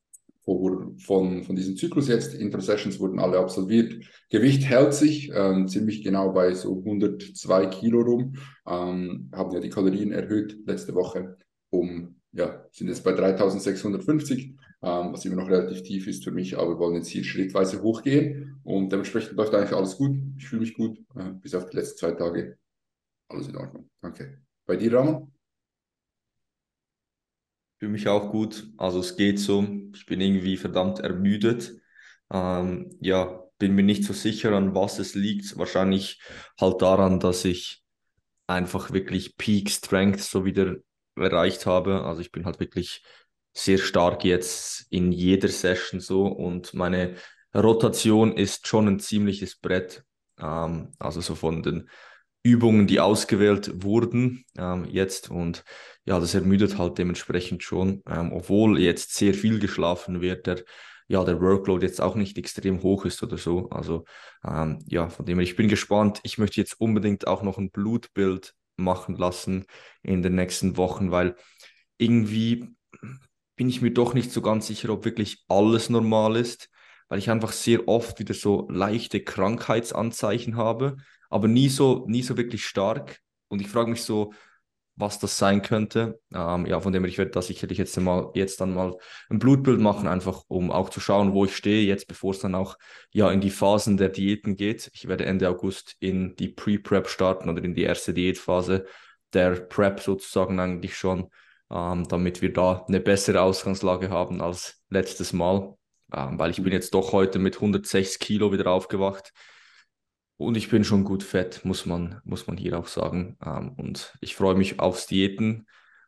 vor, von, von diesem Zyklus jetzt. Intra-Sessions wurden alle absolviert. Gewicht hält sich ähm, ziemlich genau bei so hundertzwei Kilo rum. Ähm, haben ja die Kalorien erhöht letzte Woche um, ja, sind jetzt bei dreitausendsechshundertfünfzig, ähm, was immer noch relativ tief ist für mich, aber wir wollen jetzt hier schrittweise hochgehen und dementsprechend läuft eigentlich alles gut. Ich fühle mich gut, äh, bis auf die letzten zwei Tage. Alles in Ordnung. Danke. Bei dir, Ramon? Für mich auch gut. Also es geht so. Ich bin irgendwie verdammt ermüdet. Ähm, ja, bin mir nicht so sicher, an was es liegt. Wahrscheinlich halt daran, dass ich einfach wirklich Peak Strength so wieder erreicht habe. Also ich bin halt wirklich sehr stark jetzt in jeder Session so und meine Rotation ist schon ein ziemliches Brett. Ähm, also so von den Übungen, die ausgewählt wurden ähm, jetzt und ja, das ermüdet halt dementsprechend schon, ähm, obwohl jetzt sehr viel geschlafen wird, der ja, der Workload jetzt auch nicht extrem hoch ist oder so. Also ähm, ja, von dem her, ich bin gespannt. Ich möchte jetzt unbedingt auch noch ein Blutbild machen lassen in den nächsten Wochen, weil irgendwie bin ich mir doch nicht so ganz sicher, ob wirklich alles normal ist, weil ich einfach sehr oft wieder so leichte Krankheitsanzeichen habe, aber nie so, nie so wirklich stark. Und ich frage mich so, was das sein könnte. Ähm, ja, von dem her, ich werde da sicherlich jetzt mal, jetzt dann mal ein Blutbild machen, einfach um auch zu schauen, wo ich stehe, jetzt bevor es dann auch ja in die Phasen der Diäten geht. Ich werde Ende August in die Pre-Prep starten oder in die erste Diätphase der Prep sozusagen eigentlich schon, ähm, damit wir da eine bessere Ausgangslage haben als letztes Mal. Ähm, weil ich bin jetzt doch heute mit hundertsechs Kilo wieder aufgewacht. Und ich bin schon gut fett, muss man, muss man hier auch sagen. Ähm, und ich freue mich aufs Diäten.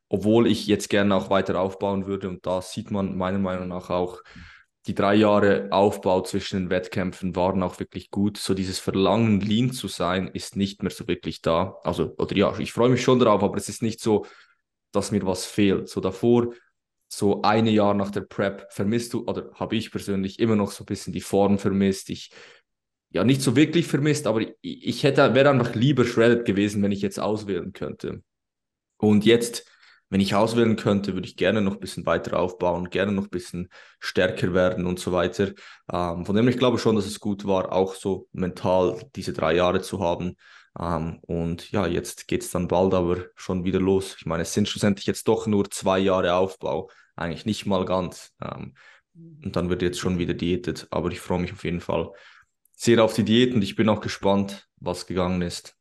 obwohl ich jetzt gerne auch weiter aufbauen würde. Und da sieht man meiner Meinung nach auch, die drei Jahre Aufbau zwischen den Wettkämpfen waren auch wirklich gut. So dieses Verlangen, lean zu sein, ist nicht mehr so wirklich da. Also, oder ja, ich freue mich schon darauf, aber es ist nicht so, dass mir was fehlt. So davor, so ein Jahr nach der Prep, vermisst du, oder habe ich persönlich immer noch so ein bisschen die Form vermisst. Ich, ja, nicht so wirklich vermisst, aber ich, ich hätte, wäre einfach lieber shredded gewesen, wenn ich jetzt auswählen könnte. Und jetzt, wenn ich auswählen könnte, würde ich gerne noch ein bisschen weiter aufbauen, gerne noch ein bisschen stärker werden und so weiter. Ähm, von dem her, ich glaube schon, dass es gut war, auch so mental diese drei Jahre zu haben. Ähm, und ja, jetzt geht es dann bald aber schon wieder los. Ich meine, es sind schlussendlich jetzt doch nur zwei Jahre Aufbau, eigentlich nicht mal ganz. Ähm, und dann wird jetzt schon wieder diätet, aber ich freue mich auf jeden Fall sehr auf die Diät und ich bin auch gespannt, was gegangen ist.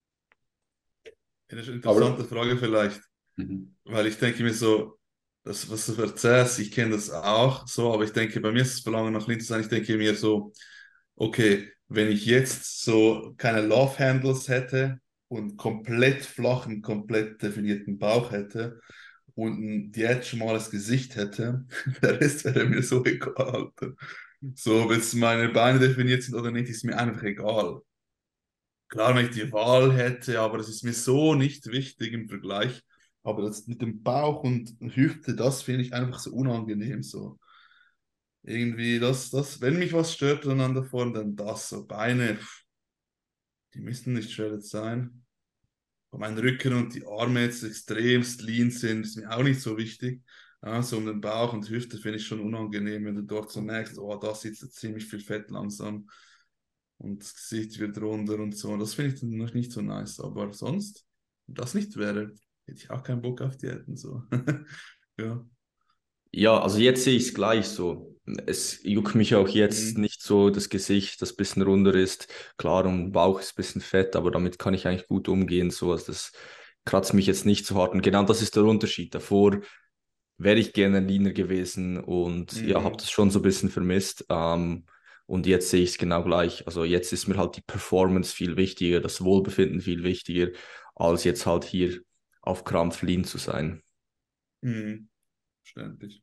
Eine interessante Aber Frage vielleicht, mhm. weil ich denke mir so, das, was du erzählst, ich kenne das auch so, aber ich denke, bei mir ist das Verlangen nach Lean zu sein, ich denke mir so, okay, wenn ich jetzt so keine Love Handles hätte und komplett flachen, komplett definierten Bauch hätte und ein diätschmales Gesicht hätte, der Rest wäre mir so egal, Alter. So, ob jetzt meine Beine definiert sind oder nicht, ist mir einfach egal. Klar, wenn ich die Wahl hätte, aber das ist mir so nicht wichtig im Vergleich. Aber das mit dem Bauch und Hüfte, das finde ich einfach so unangenehm. So irgendwie, das, das, wenn mich was stört an der Form, dann das. So Beine, pff, die müssen nicht shredded sein. Aber mein Rücken und die Arme jetzt extremst lean sind, ist mir auch nicht so wichtig. Also um den Bauch und Hüfte finde ich schon unangenehm, wenn du dort so merkst, oh, da sitzt jetzt ziemlich viel Fett langsam und das Gesicht wird runter und so. Das finde ich dann noch nicht so nice. Aber sonst, wenn das nicht wäre, hätte ich auch keinen Bock auf Diäten. So. Ja. Ja, also jetzt sehe ich es gleich so. Es juckt mich auch jetzt Mhm. nicht so das Gesicht, das ein bisschen runder ist. Klar, und Bauch ist ein bisschen fett, aber damit kann ich eigentlich gut umgehen. So, also das kratzt mich jetzt nicht so hart. Und genau das ist der Unterschied. Davor wäre ich gerne leaner gewesen und ja, habe Mhm. das schon so ein bisschen vermisst. Ähm, und jetzt sehe ich es genau gleich. Also jetzt ist mir halt die Performance viel wichtiger, das Wohlbefinden viel wichtiger, als jetzt halt hier auf Krampf lean zu sein. Mhm. Verständlich.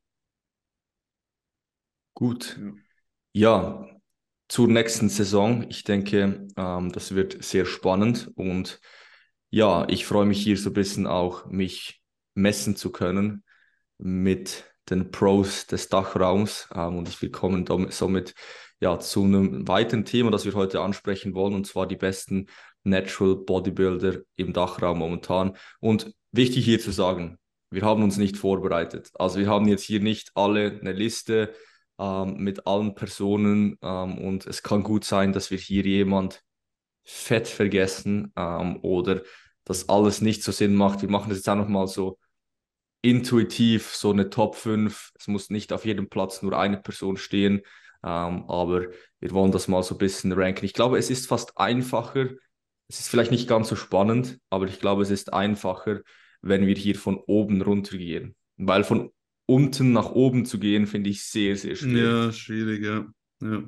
Gut. Ja. Ja, zur nächsten Saison. Ich denke, ähm, das wird sehr spannend und ja, ich freue mich hier so ein bisschen auch, mich messen zu können mit den Pros des Dachraums. Ähm, und ich willkommen damit, somit ja zu einem weiteren Thema, das wir heute ansprechen wollen, und zwar die besten Natural Bodybuilder im Dachraum momentan. Und wichtig hier zu sagen, wir haben uns nicht vorbereitet. Also wir haben jetzt hier nicht alle eine Liste ähm, mit allen Personen ähm, und es kann gut sein, dass wir hier jemand fett vergessen ähm, oder dass alles nicht so Sinn macht. Wir machen das jetzt auch nochmal so intuitiv, so eine Top fünf. Es muss nicht auf jedem Platz nur eine Person stehen, ähm, aber wir wollen das mal so ein bisschen ranken. Ich glaube, es ist fast einfacher. Es ist vielleicht nicht ganz so spannend, aber ich glaube, es ist einfacher, wenn wir hier von oben runter gehen. Weil von unten nach oben zu gehen, finde ich sehr, sehr schwer. Ja, schwierig, ja. Ja.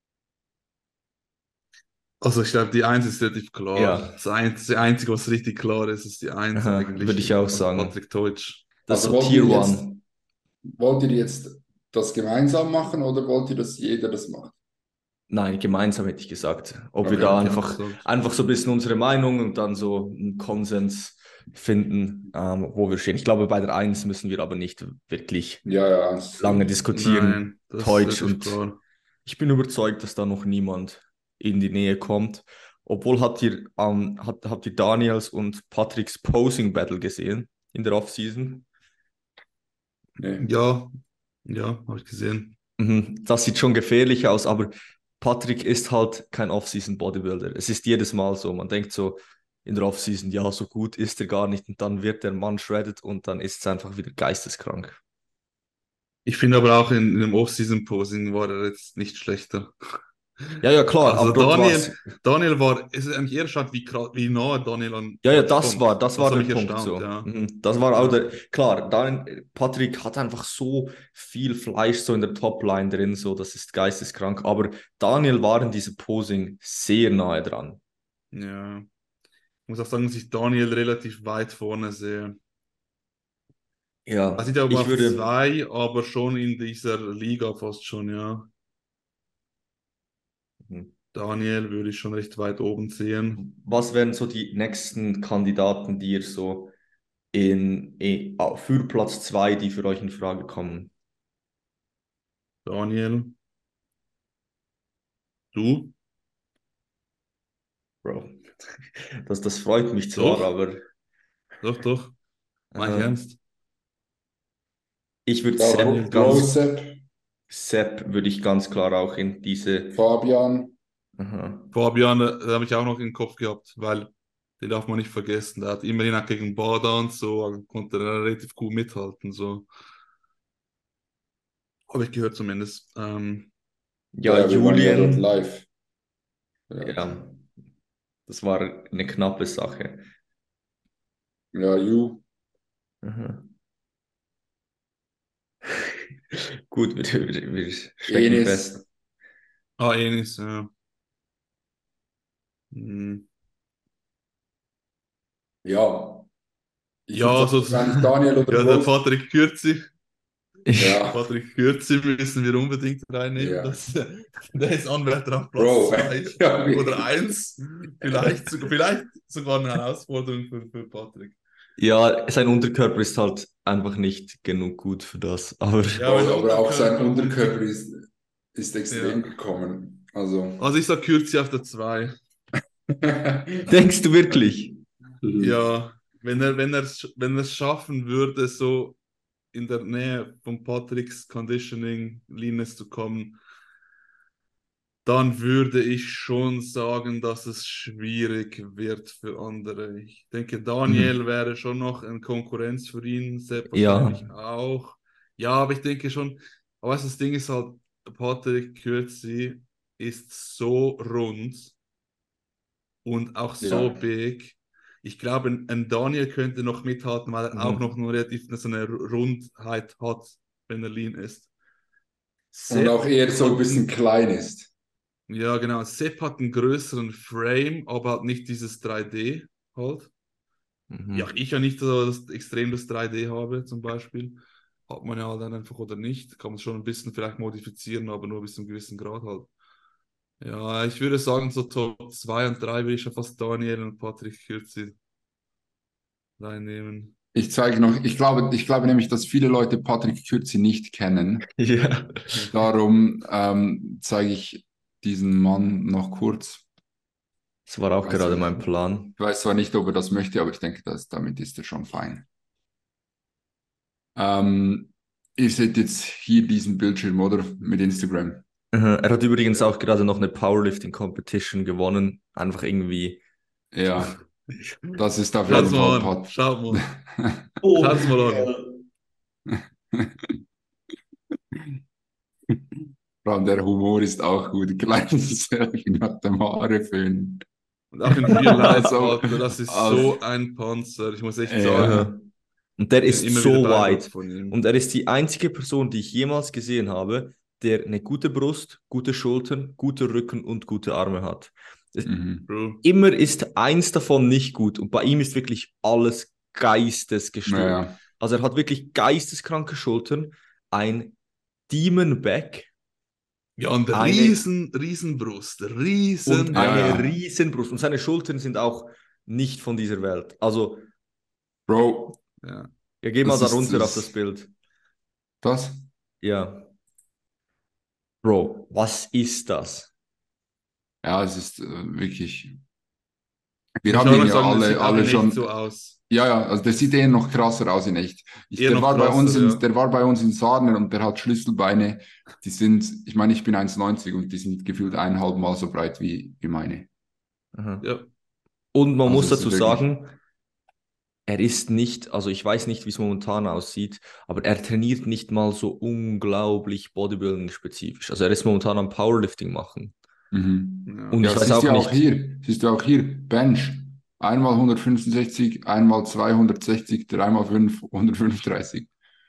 Also ich glaube, die Eins ist relativ klar. Ja, Das, ein, das Einzige, was richtig klar ist, ist die Eins aha, würde eigentlich. ich auch Also sagen. Patrick Teutsch. Das ist Also so wollt ihr Tier jetzt, One. wollt ihr jetzt das gemeinsam machen oder wollt ihr, dass jeder das macht? Nein, gemeinsam hätte ich gesagt. Ob wir Okay. Ja, da ich habe einfach, gesagt. einfach so ein bisschen unsere Meinung und dann so einen Konsens finden, ähm, wo wir stehen. Ich glaube, bei der Eins müssen wir aber nicht wirklich Ja, ja, das sehe lange ich. diskutieren. Nein, das ist Deutsch relativ und klar. ich bin überzeugt, dass da noch niemand in die Nähe kommt. Obwohl habt ihr, ähm, habt, habt ihr Daniels und Patricks Posing Battle gesehen in der Offseason? Nee. Ja, ja, habe ich gesehen. Mhm, das sieht schon gefährlich aus, aber Patrick ist halt kein Off-Season-Bodybuilder. Es ist jedes Mal so. Man denkt so in der Off-Season, ja, so gut ist er gar nicht. Und dann wird der Mann shredded und dann ist es einfach wieder geisteskrank. Ich finde aber auch in, in dem Off-Season-Posing war er jetzt nicht schlechter. Ja, ja, klar, aber Also dort war Daniel, es. Daniel war, es ist eigentlich eher schade, wie, gra- wie nahe Daniel an Ja, ja, Teutsch das war, kommt. das Das war hat der mich Punkt erstaunt, so. ja. Mhm, das war auch Ja. der, klar, dann, Patrick hat einfach so viel Fleisch so in der Topline drin, so, das ist geisteskrank. Aber Daniel war in diesem Posing sehr nahe dran. Ja. Ich muss auch sagen, dass ich Daniel relativ weit vorne sehe. Er Ja, sieht aber ich auf würde, zwei, aber schon in dieser Liga fast schon, ja. Daniel würde ich schon recht weit oben sehen. was wären so die nächsten Kandidaten, die ihr so in, in, für Platz zwei, die für euch in Frage kommen? Daniel, du? Bro, das, das freut mich zwar, Doch, aber doch, doch. Mach ich äh, ernst. ich würde Ja, Daniel, Bro, Sepp Bro, du? ganz, Sepp, Sepp würde ich ganz klar auch in diese, Fabian. aha. Fabian, äh, da habe ich auch noch im Kopf gehabt, weil den darf man nicht vergessen. Der hat immerhin auch gegen Bader und so, konnte er relativ gut mithalten. So. Habe ich gehört zumindest. Ähm, Ja, Ja, wir waren ja dort Julien, live. Ja, ja, das war eine knappe Sache. ja, you. Aha. Gut, wir, wir, wir stecken Enes. fest. ah, Enis, ja. Hm. Ja, ich Ja, würde sagen, also, wahrscheinlich Daniel oder ja, der Bros. Patrick Kürzi. Ja, Patrick Kürzi müssen wir unbedingt reinnehmen. ja. Das, der ist Anwärter auf Platz Bro, zwei ja, oder wirklich. eins. Vielleicht sogar, vielleicht sogar eine Herausforderung für, für Patrick. Ja, sein Unterkörper ist halt einfach nicht genug gut für das. Aber Ja, wenn Bro, der aber auch sein Unterkörper und Unterkörper die. ist, ist Ja. extrem gekommen. Also. Also ich sag Kürzi auf der zwei. denkst du wirklich? Ja, wenn er, wenn er, wenn er es schaffen würde, so in der Nähe von Patricks Conditioning Linie zu kommen, dann würde ich schon sagen, dass es schwierig wird für andere. Ich denke, Daniel Mhm. wäre schon noch eine Konkurrenz für ihn, Sepp Ja. wahrscheinlich auch. Ja, aber ich denke schon, aber weißt du, das Ding ist halt, Patrick Kürzi ist so rund und auch so Ja. big. Ich glaube, ein ein Daniel könnte noch mithalten, weil er auch noch Mhm. nur relativ so eine Rundheit hat, wenn er lean ist. Und auch Sepp eher so ein hat bisschen ein, klein ist. ja genau, Sepp hat einen größeren Frame, aber halt nicht dieses drei D halt. Ja, Mhm. ich ja nicht so das, extrem das drei D habe zum Beispiel. Hat man ja halt dann einfach oder nicht. Kann man schon ein bisschen vielleicht modifizieren, aber nur bis zu einem gewissen Grad halt. Ja, ich würde sagen, so Top zwei und drei würde ich schon fast Daniel und Patrick Kürzi reinnehmen. Ich zeige noch, ich glaube, ich glaube nämlich, dass viele Leute Patrick Kürzi nicht kennen. Ja. Darum ähm, zeige ich diesen Mann noch kurz. Das war Ich auch weiß, zwar- gerade mein Plan. ich weiß zwar nicht, ob er das möchte, aber ich denke, dass, damit ist er schon fein. Ähm, ihr seht jetzt hier diesen Bildschirm, oder? Mit Instagram. Aha. Er hat übrigens auch gerade noch eine Powerlifting Competition gewonnen. Einfach irgendwie. Ja, das ist auf Schaut's jeden Fall mal an, Pat. schaut mal. Oh, Schaut's mal an. Vor allem der Humor ist auch gut. Kleines Selfie nach dem Haare föhnen. Und auch in Real Life, Also, Alter, das ist als, so ein Panzer. Ich muss echt sagen, ja. Aha. Und der bin ist immer wieder so beeindruckt wide. von ihm. Und er ist die einzige Person, die ich jemals gesehen habe, der eine gute Brust, gute Schultern, gute Rücken und gute Arme hat. Es- Mhm. Bro. Immer ist eins davon nicht gut. Und bei ihm ist wirklich alles Ja, geistesgestört. ja. Also er hat wirklich geisteskranke Schultern, ein Demon Back, Ja, und eine riesen, Riesenbrust, und Ja, eine Riesenbrust. ja. Riesenbrust. Und seine Schultern sind auch nicht von dieser Welt. Also, Bro, Ja. ja, geh mal das da ist runter auf das das. Bild. Das? Ja, Bro, was ist das? Ja, es ist äh, wirklich. Wir Ich haben kann den euch ja sagen, das alle, sieht auch alle in echt schon. so aus. Ja, ja, also der sieht eher noch krasser aus in echt. Ich, Eher der noch war bei uns krasser, in, ja. der war bei uns in Sarnen und der hat Schlüsselbeine. Die sind, ich meine, ich bin eins neunzig und die sind gefühlt eineinhalb Mal so breit wie, wie meine. Aha. Ja. Und man Also muss es dazu ist wirklich. sagen, er ist nicht, also ich weiß nicht, wie es momentan aussieht, aber er trainiert nicht mal so unglaublich Bodybuilding-spezifisch. Also er ist momentan am Powerlifting machen. Mhm. Ja. Und Ja, ich weiß siehst du auch ja auch nicht, hier, siehst du auch hier, Bench. Einmal hundertfünfundsechzig, einmal zweihundertsechzig, dreimal fünf, hundertfünfunddreißig.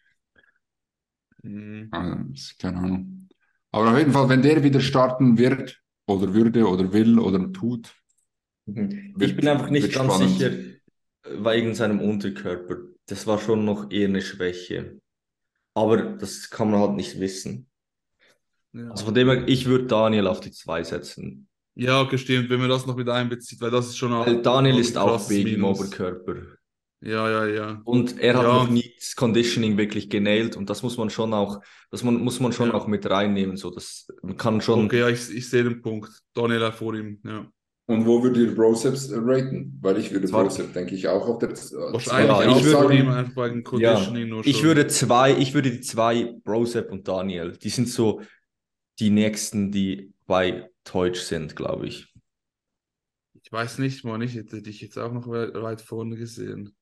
Mhm. Also, das ist keine Ahnung. Aber auf jeden Fall, wenn der wieder starten wird oder würde oder will oder tut, mhm, ich bin wird, einfach nicht wird ganz spannend. sicher, äh, wegen seinem Unterkörper. das war schon noch eher eine Schwäche. Aber das kann man halt nicht wissen. Ja. Also von dem her, ich würde Daniel auf die zwei setzen. Ja, okay, stimmt, wenn man das noch mit einbezieht, weil das ist schon Weil auch Daniel ein ist auch krasses big im Minus. Oberkörper. Ja, ja, ja. Und er hat Ja, noch und, nie das Conditioning wirklich genailt und das muss man schon auch, das man, muss man schon auch ja. mit reinnehmen. So, das man kann Okay, schon, ja, ich, ich sehe den Punkt. Daniel auch vor ihm, ja. Und wo würdet ihr Broceps äh, raten? Weil ich würde zwar, Broceps, denke ich, auch auf der Z- zwei. Wahrscheinlich ja, Ich ich auch muss vor würde, ihm, sagen, einfach wegen ja, Conditioning nur ich schon. würde zwei, ich würde die zwei, Brosep und Daniel, die sind so die nächsten, die bei Teutsch sind, glaube ich. Ich weiß nicht, Mann, ich hätte dich jetzt auch noch weit, weit vorne gesehen.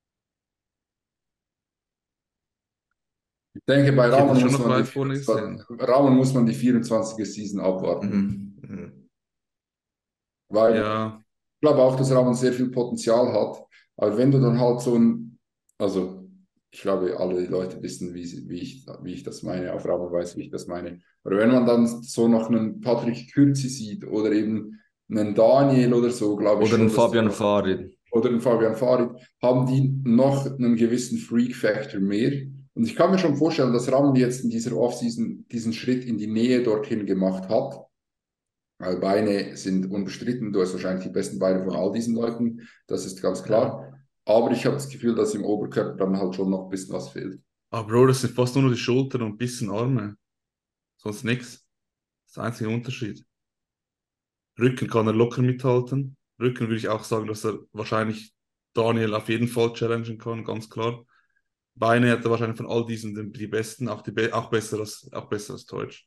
ich denke, bei Ich hätte dich Ramon schon muss noch man die weit vorne vierundzwanzig, gesehen. Ramon muss man die vierundzwanziger Season abwarten. Mhm. Mhm. Weil Ja, ich glaube auch, dass Ramon sehr viel Potenzial hat. Aber wenn du dann halt so ein, also ich glaube, alle Leute wissen, wie, sie- wie ich, wie ich das meine, auch Ramon weiß, wie ich das meine. Aber wenn man dann so noch einen Patrick Kürzi sieht oder eben einen Daniel oder so, glaube ich Oder ein schon, dass die Fabian noch, Farid. oder einen Fabian Farid, haben die noch einen gewissen Freak-Factor mehr. Und ich kann mir schon vorstellen, dass Ramon jetzt in dieser Offseason diesen Schritt in die Nähe dorthin gemacht hat. Weil Beine sind unbestritten. Du hast wahrscheinlich die besten Beine von all diesen Leuten. Das ist ganz ja. klar. Aber ich habe das Gefühl, dass im Oberkörper dann halt schon noch ein bisschen was fehlt. Aber Bro, das sind fast nur noch die Schultern und ein bisschen Arme. Sonst nichts. Das ist der einzige Unterschied. Rücken kann er locker mithalten. Rücken würde ich auch sagen, dass er wahrscheinlich Daniel auf jeden Fall challengen kann, ganz klar. Beine hat er wahrscheinlich von all diesen den- die besten, auch, die, be- auch, besser als, auch besser als Deutsch.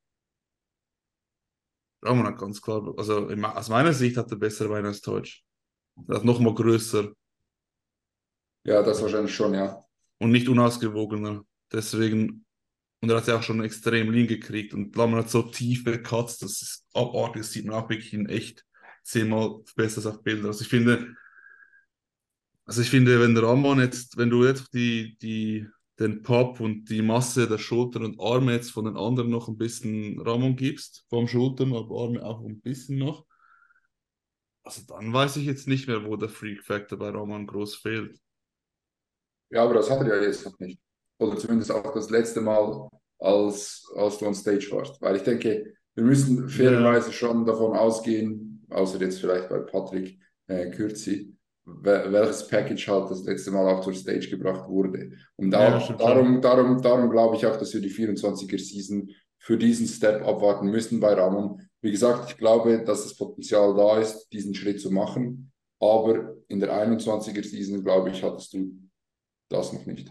Ramon hat ganz klar, also in, aus meiner Sicht hat er bessere Beine als Deutsch. Er hat nochmal größer Ja, das wahrscheinlich schon, ja. und nicht unausgewogener. Deswegen, und er hat ja auch schon extrem lean gekriegt und Ramon hat so tiefe Cuts, das ist abartig, das sieht man auch wirklich in echt zehnmal besser als auf Bildern. Also ich finde, Also ich finde, wenn Ramon jetzt, wenn du jetzt die, die, den Pop und die Masse der Schultern und Arme jetzt von den anderen noch ein bisschen Ramon gibst, vom Schultern, aber Arme auch ein bisschen noch, also dann weiß ich jetzt nicht mehr, wo der Freak Factor bei Ramon groß fehlt. Ja, aber das hat er ja jetzt noch nicht. Oder zumindest auch das letzte Mal, als, als du on Stage warst. Weil ich denke, wir müssen Ja, fairerweise schon davon ausgehen, außer jetzt vielleicht bei Patrick äh, Kürzi, wel- welches Package halt das letzte Mal auch zur Stage gebracht wurde. Und ja, da, stimmt schon. darum, darum, darum glaube ich auch, dass wir die vierundzwanziger Season für diesen Step abwarten müssen bei Ramon. Wie gesagt, ich glaube, dass das Potenzial da ist, diesen Schritt zu machen. Aber in der einundzwanziger Season, glaube ich, hattest du das noch nicht.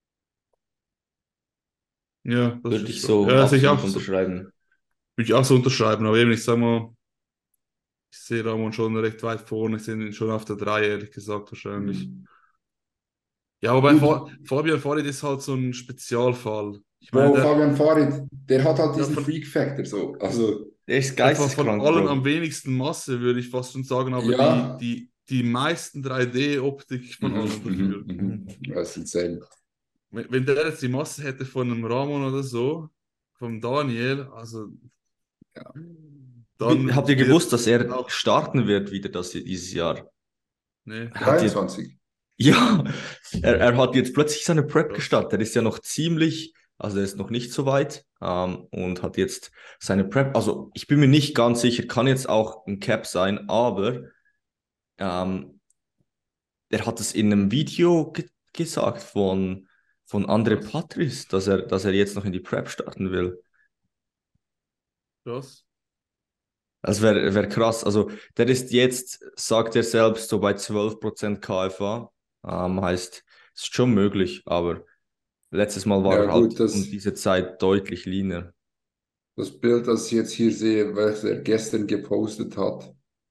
Ja, das Würde ist ich so. so Ja, das sehe ich absolut auch so, unterschreiben. würde ich auch so unterschreiben, aber eben, ich sag mal, ich sehe Ramon schon recht weit vorne, ich sehe ihn schon auf der drei, ehrlich gesagt, wahrscheinlich. Mhm. Ja, wobei Gut, Fa- Fabian Farid ist halt so ein Spezialfall. Ich meine, Bro, der, Fabian Farid, der hat halt ja, diesen von, Freak-Factor so. Also, Der ist der von, von geisteskrank, allen am Bro. wenigsten Masse, würde ich fast schon sagen, aber die, ja. die, die meisten drei D-Optik von Mhm, allen dafür. mhm, mhm. Mhm. Das ist insane. Wenn, wenn der jetzt die Masse hätte von einem Ramon oder so, vom Daniel, also Ja. Wie- dann Habt ihr wird gewusst, dass er auch, starten wird wieder das, dieses Jahr? ne, Er hat jetzt, dreiundzwanzig. ja, er, er hat jetzt plötzlich seine Prep krass. gestartet. Er ist ja noch ziemlich, also er ist noch nicht so weit ähm, und hat jetzt seine Prep. Also ich bin mir nicht ganz sicher, kann jetzt auch ein Cap sein, aber ähm, er hat es in einem Video ge gesagt von, von André Krass. Patris, dass er, dass er jetzt noch in die Prep starten will. Krass. Das wäre wär wär krass. Also der ist jetzt, sagt er selbst, so bei zwölf Prozent K F A. Ähm, heißt, es ist schon möglich, aber letztes Mal war Ja, er gut, halt um das, diese Zeit deutlich leaner. das Bild, das ich jetzt hier sehe, welches er gestern gepostet hat,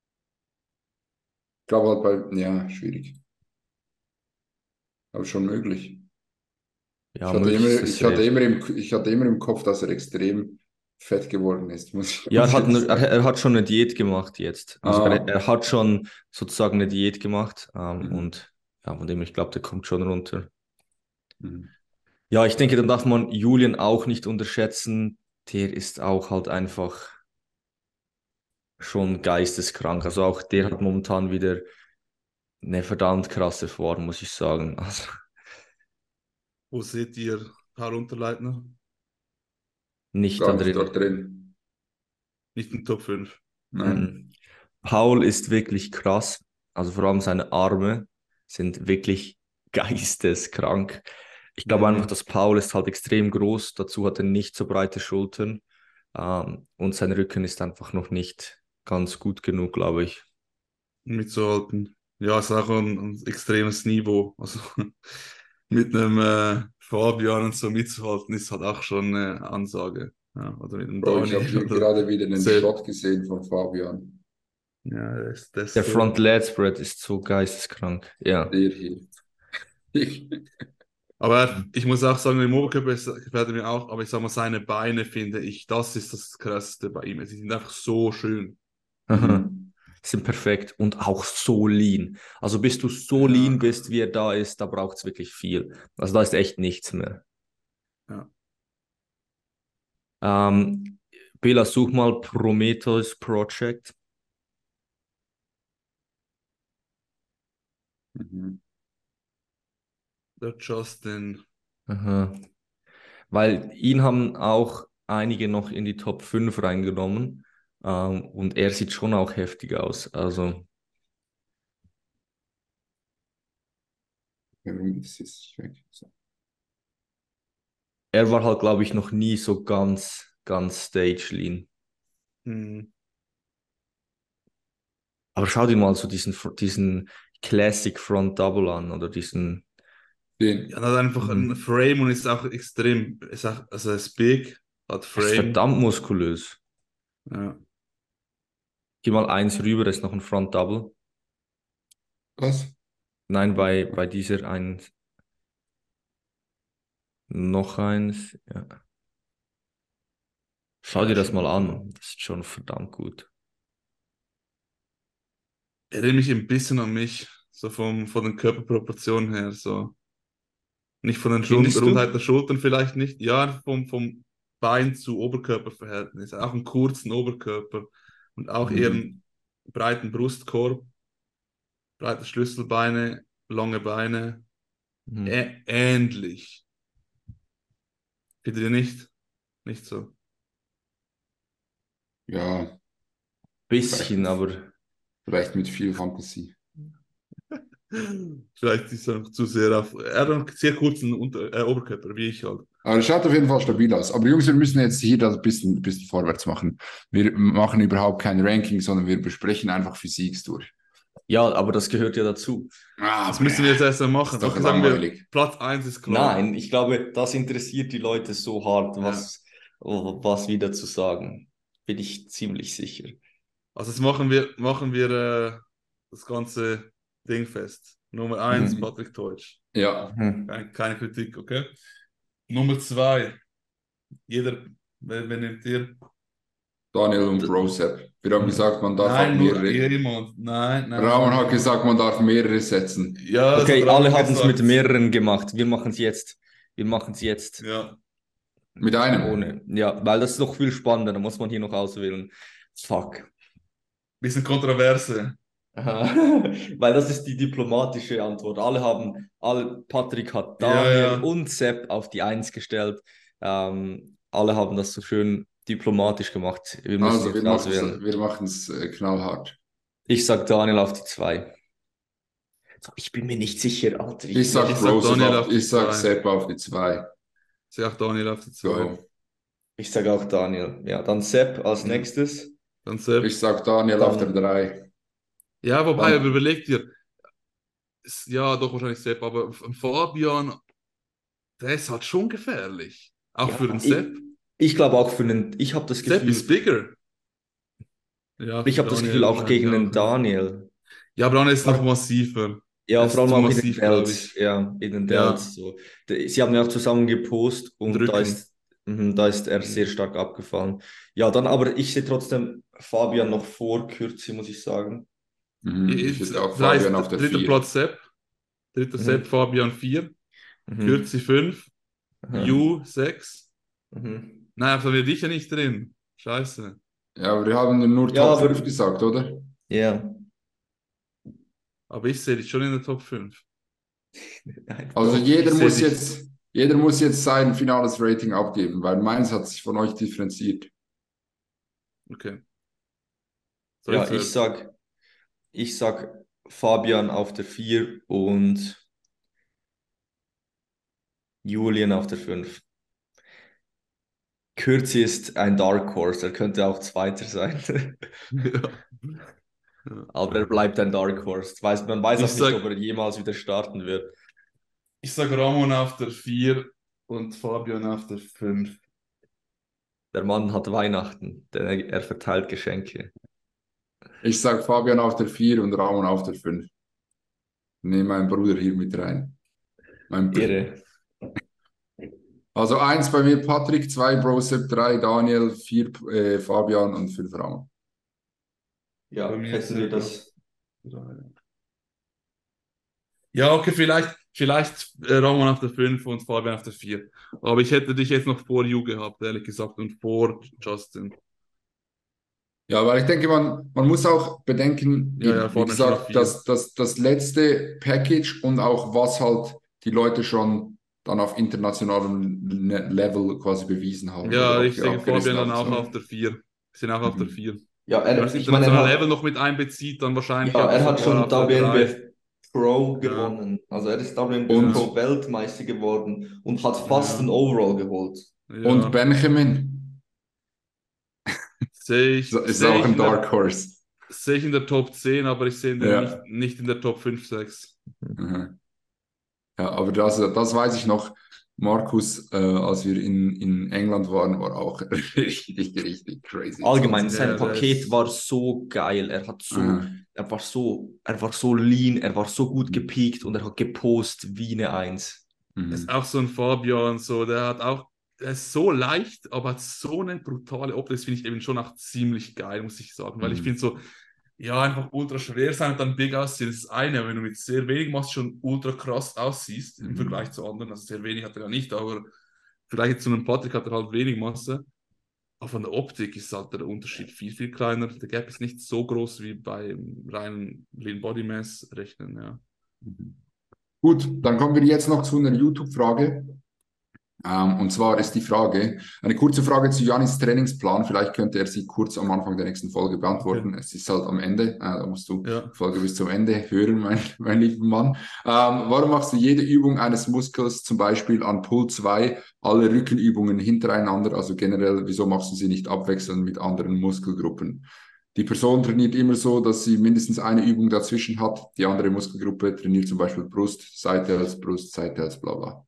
ich glaube halt bei, ja, schwierig, aber schon möglich. Ich Ja, hatte immer, möglich ist es ich hatte safe. immer im, ich hatte immer im Kopf, dass er extrem fett geworden ist, muss ich, Ja, muss er ich hat, ehrlich ne- er, sagen. er hat schon eine Diät gemacht jetzt. Also er, Ah, er hat schon sozusagen eine Diät gemacht ähm, mhm, und ja, von dem ich glaube, der kommt schon runter. mhm. Ja, ich denke, dann darf man Julian auch nicht unterschätzen. Der ist auch halt einfach schon geisteskrank. Also auch der hat momentan wieder eine verdammt krasse Form, muss ich sagen. Also, Wo seht ihr Paul Unterleitner? Nicht da Gar nicht dort drin. drin. Nicht in Top fünf. Nein. Mhm. Paul ist wirklich krass. Also vor allem seine Arme sind wirklich geisteskrank. Ich glaube einfach, Mhm. dass Paul ist halt extrem groß. Dazu hat er nicht so breite Schultern. Ähm, und sein Rücken ist einfach noch nicht ganz gut genug, glaube ich. Mitzuhalten. Ja, ist auch ein, ein extremes Niveau. Also mit einem äh, Fabian und so mitzuhalten, ist halt auch schon eine Ansage. Ja, oder mit einem Bro, ich habe Daniel hier oder gerade wieder einen Sepp. Shot gesehen von Fabian. Ja, das, das Der so. Front Lat Spread ist so geisteskrank. Ja. Der hier. Ich, Aber ich muss auch sagen, im Oberkörper ist- gefällt er mir auch, aber ich sag mal, seine Beine finde ich, das ist das Krasseste bei ihm. Sie sind einfach so schön. Aha. mhm. Sind perfekt und auch so lean. Also bis du so Ja, lean bist, wie er da ist, da braucht es wirklich viel. Also da ist echt nichts mehr. ja. Ähm, Bela, such mal Prometheus Project. Mhm. Der Justin. Aha. Weil ihn haben auch einige noch in die Top fünf reingenommen. Ähm, und er sieht schon auch heftig aus. Also Warum ist es weg? So. er war halt, glaube ich, noch nie so ganz, ganz stage lean. Hm. Aber schau dir mal so diesen, diesen Classic Front Double an oder diesen. Den. Ja, hat einfach ein Mhm. Frame und ist auch extrem, ist auch, also er ist big, hat Er ist Frame. verdammt muskulös. Ja. Geh mal eins rüber, das ist noch ein Front Double. Was? Nein, bei, bei dieser ein, noch eins. Ja. Schau Ja, dir ist das schon mal brutal. an. Das ist schon verdammt gut. Erinnert mich ein bisschen an mich, so vom, von den Körperproportionen her, so. Nicht von den Schul Findest Rundheit du? der Schultern vielleicht nicht, ja, vom, vom Bein zu Oberkörperverhältnis, auch einen kurzen Oberkörper und auch eher Mhm. einen breiten Brustkorb, breite Schlüsselbeine, lange Beine, Mhm. Ä ähnlich. Findet ihr nicht? Nicht so. Ja, vielleicht Bisschen, mit, aber vielleicht mit viel Fantasie. Vielleicht ist er noch zu sehr auf. Er hat einen sehr kurzen Unter äh, Oberkörper, wie ich halt. Aber es schaut auf jeden Fall stabil aus. Aber Jungs, wir müssen jetzt hier das ein bisschen, ein bisschen vorwärts machen. Wir machen überhaupt kein Ranking, sondern wir besprechen einfach Physiks durch. ja, aber das gehört ja dazu. Das Aber müssen wir jetzt erst mal ist machen. doch Okay, sagen wir, langweilig. Platz eins ist klar. Nein, ich glaube, das interessiert die Leute so hart, Ja. was, was wieder zu sagen. Bin ich ziemlich sicher. Also jetzt machen wir, machen wir äh, das ganze Ding fest. Nummer eins, Mhm. Patrick Teutsch. Ja, Mhm. Keine, keine Kritik, okay? Nummer zwei, jeder, wer, wer nimmt ihr? Daniel und D- Brosep. Wir haben gesagt, man darf ab Nein, nur mehrere. jemand. Nein, nein, Rahman nein, hat nein. gesagt, man darf mehrere setzen. Ja, das hat Okay, alle Ramon haben es mit gesagt. mehreren gemacht. Wir machen es jetzt. Wir machen es jetzt Ja. Mit einem. ohne. Ja, weil das ist noch viel spannender. Da muss man hier noch auswählen. Fuck. Bisschen Kontroverse. Aha. Weil das ist die diplomatische Antwort. Alle haben, alle, Patrick hat Ja, Daniel ja. und Sepp auf die Eins gestellt. Ähm, alle haben das so schön diplomatisch gemacht. Wir müssen Also wir jetzt machen es, auswählen. wir machen es äh, knallhart. Ich sag Daniel auf die Zwei. So, ich bin mir nicht sicher, Alter. Ich Ich sag Ich werde, sag Brosep Daniel auf, auf die ich sag zwei. Sepp auf die zwei. Ich sag Daniel auf die zwei. Go. ich sag auch Daniel. Ja, dann Sepp als Ja. nächstes. Dann Sepp. Ich sag Daniel auf der Dann, drei. Ja, wobei, aber Dann, überleg dir. Ist- Ja, doch wahrscheinlich Sepp, aber Fabian, der ist halt schon gefährlich. Auch ja, für den ich, Sepp. ich glaube auch für einen, ich habe das Sepp ist Gefühl, bigger. Ja, ich für habe das Gefühl Daniel auch wahrscheinlich gegen auch. einen Ja, Daniel. ja, aber Daniel ist noch massiver. Ja, Er vor ist allem zu auch in den massiv, glaube Delts, ich. ja, in den Ja, Delts. So. De- Sie haben ja auch zusammen gepostet und und da Rücken. ist, mhm, da ist er sehr Mhm. stark abgefallen. Ja, dann aber ich sehe trotzdem Fabian noch vor Kürzi, muss ich sagen. mhm, ich Jetzt, hätte auch das heißt, Fabian auf der dritter vier. Platz Sepp. Dritter Sepp, Mhm. Fabian vier. Mhm. Kürzi fünf. Aha. Ju sechs. Mhm. Nein, das haben wir dich ja nicht drin. Scheiße. Ja, aber wir haben nur Ja, Top aber fünf gesagt, oder? ja. Aber ich sehe dich schon in der Top fünf. Nein, Also Bro. jeder Ich sehe muss dich. jetzt, jeder muss jetzt sein finales Rating abgeben, weil meins hat sich von euch differenziert. Okay. Soll ich Ja, ich zuerst? sag, ich sag Fabian auf der vier und Julian auf der fünf. Kürzi ist ein Dark Horse, er könnte auch Zweiter sein. Ja. Ja. Aber er bleibt ein Dark Horse. Weiß, man weiß Ich auch nicht, sag, ob er jemals wieder starten wird. ich sag Ramon auf der vier und Fabian auf der fünf. Der Mann hat Weihnachten, denn er, er verteilt Geschenke. Ich sage Fabian auf der vier und Ramon auf der fünf. Nehme meinen Bruder hier mit rein. Mein Br Ehre. also eins bei mir Patrick, zwei Brosep, drei Daniel, vier äh, Fabian und fünf Ramon. Ja, Bei mir hätten wir circa das. drei. Ja, okay, vielleicht, vielleicht äh, Ramon auf der fünf und Fabian auf der vier. Aber ich hätte dich jetzt noch vor Ju gehabt, ehrlich gesagt, und vor Justin. Ja, weil ich denke, man, man muss auch bedenken, Ja, ja, eben, wie Fabian schon auf gesagt, vier. dass das, das letzte Package und auch was halt die Leute schon dann auf internationalem Ne- Level quasi bewiesen haben oder Ja, ich abge sehe abgerissen Fabian dann haben. auch auf So. der vier. Wir sind auch auf der Mhm. vier. Ja, Wenn man er, das ich meine, er internationale Level hat, noch mit einbezieht, dann wahrscheinlich ja, aber er hat sogar schon auf der drei. W N B F Pro Ja, gewonnen. Also er ist W N B F Und, Pro ja, Weltmeister geworden und hat fast ein ja, Overall geholt. und ja. Benjamin Sehe ist, ich, ist sehe auch ich ein in der, Dark Horse. sehe ich in der Top zehn, aber ich sehe ihn nicht, Ja. nicht in der Top fünf, sechs. Mhm. Ja, aber das, das weiß ich noch. Markus, äh, als wir in, in England waren, war auch richtig, richtig crazy Allgemein, zwanzig. sein Ja, der Paket ist. war so geil. Er hat so, Aha. er war so, er war so lean, er war so gut Mhm. gepiekt und er hat gepostet wie eine Eins. Ist Mhm. auch so ein Fabian, so, der hat auch, der ist so leicht, aber hat so eine brutale Optik. Das finde ich eben schon auch ziemlich geil, muss ich sagen. Weil ich Mhm. finde so, ja, einfach ultra schwer sein und dann big aussehen, das ist das eine. Aber wenn du mit sehr wenig machst, schon ultra krass aussiehst im Vergleich Mhm. zu anderen. Also sehr wenig hat er ja nicht, aber vielleicht jetzt zu einem Patrick hat er halt wenig Masse. Aber von der Optik ist halt der Unterschied viel, viel kleiner. Der Gap ist nicht so groß wie beim reinen Lean Body Mass rechnen, ja. Mhm. Gut, dann kommen wir jetzt noch zu einer YouTube-Frage. Ähm, und zwar ist die Frage, eine kurze Frage zu Janis Trainingsplan. Vielleicht könnte er sie kurz am Anfang der nächsten Folge Okay. beantworten. Es ist halt am Ende, äh, da musst du Ja. die Folge bis zum Ende hören, mein, mein lieber Mann. Ähm, warum machst du jede Übung eines Muskels, zum Beispiel an Pull zwei, alle Rückenübungen hintereinander? Also generell, wieso machst du sie nicht abwechselnd mit anderen Muskelgruppen? Die Person trainiert immer so, dass sie mindestens eine Übung dazwischen hat. Die andere Muskelgruppe trainiert zum Beispiel Brust, Seite als Brust, Seite als bla bla.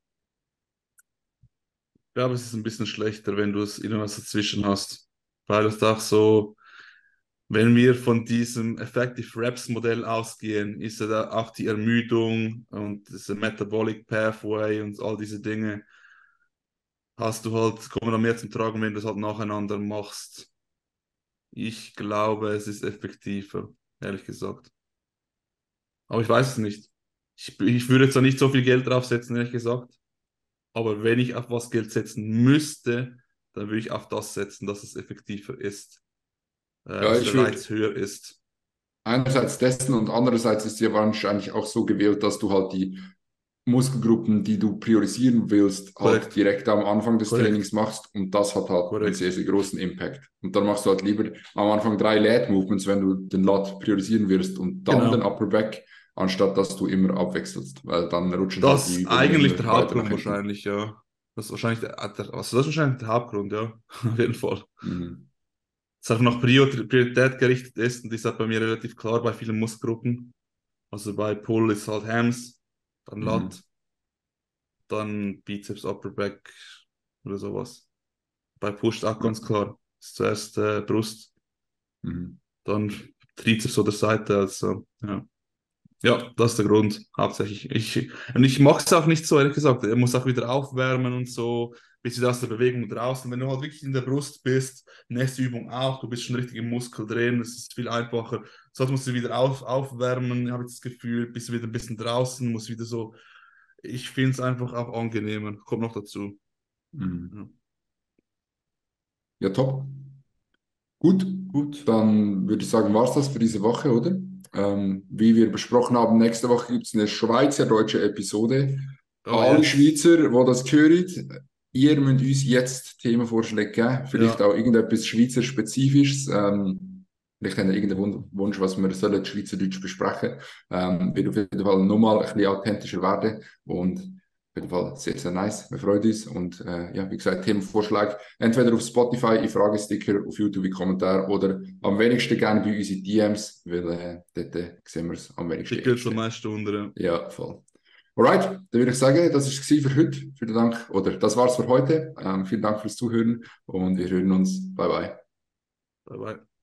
Ich glaube, es ist ein bisschen schlechter, wenn du es irgendwas dazwischen hast. Weil es auch so, wenn wir von diesem Effective Reps Modell ausgehen, ist ja da auch die Ermüdung und das Metabolic Pathway und all diese Dinge, hast du halt, kommen dann mehr zum Tragen, wenn du es halt nacheinander machst. Ich glaube, es ist effektiver, ehrlich gesagt. Aber ich weiß es nicht. Ich, ich würde jetzt da nicht so viel Geld draufsetzen, ehrlich gesagt. Aber wenn ich auf was Geld setzen müsste, dann würde ich auf das setzen, dass es effektiver ist, äh, Ja, dass ich der würde Reiz höher ist. einerseits testen und andererseits ist ja wahrscheinlich auch so gewählt, dass du halt die Muskelgruppen, die du priorisieren willst, halt Korrekt, direkt am Anfang des korrekt, Trainings machst und das hat halt einen sehr, korrekt. sehr großen Impact. Und dann machst du halt lieber am Anfang drei Lat-Movements, wenn du den Lat priorisieren wirst und dann den Genau. Upper Back, anstatt dass du immer abwechselst, weil dann rutschen halt die Das ist Übungen eigentlich immer der weiter nach Hauptgrund hinten. wahrscheinlich, ja. Das ist wahrscheinlich der, der, also das ist wahrscheinlich der Hauptgrund, ja. Auf jeden Fall. Mhm. Es einfach nach Prior Priorität gerichtet ist und ist halt bei mir relativ klar bei vielen Muskelgruppen. Also bei Pull ist halt Hams, dann Mhm. Lat, dann Bizeps, Upper Back oder sowas. Bei Push ist auch Ja. ganz klar. Ist zuerst äh, Brust, Mhm. dann Trizeps oder Seite. Also, ja. Ja, das ist der Grund, hauptsächlich. Ich, und ich mache es auch nicht so, ehrlich gesagt. Er muss auch wieder aufwärmen und so, bis wieder aus der Bewegung draußen. Wenn du halt wirklich in der Brust bist, nächste Übung auch, du bist schon richtig im Muskel drin, es ist viel einfacher. Sonst musst du wieder auf, aufwärmen, habe ich das Gefühl, bist du wieder ein bisschen draußen, muss wieder so. Ich finde es einfach auch angenehmer. Kommt noch dazu. Mhm. Ja. Ja, top. Gut, Gut. dann würde ich sagen, war es das für diese Woche, oder? Ähm, wie wir besprochen haben, nächste Woche gibt es eine schweizerdeutsche Episode. Oh, alle yes. Schweizer, die das hören, ihr müsst uns jetzt Themenvorschläge geben. Vielleicht Ja. auch irgendetwas Schweizer-Spezifisches. Ähm, vielleicht habt ihr irgendeinen Wunsch, was wir sollen Schweizerdeutsch besprechen. Ähm, wird auf jeden Fall nochmal ein bisschen authentischer werden. Und auf jeden Fall sehr, sehr nice. Wir freuen uns. Und äh, ja, wie gesagt, Themenvorschläge entweder auf Spotify, in Fragesticker, auf YouTube, in Kommentaren oder am wenigsten gerne bei uns in D Ms, weil äh, dort äh, sehen wir es am wenigsten. Ich gehe schon meiste unter. Ja, voll. Alright, dann würde ich sagen, das war es für heute. Vielen Dank, oder das war's für heute. Ähm, vielen Dank fürs Zuhören und wir hören uns. Bye, bye. Bye bye.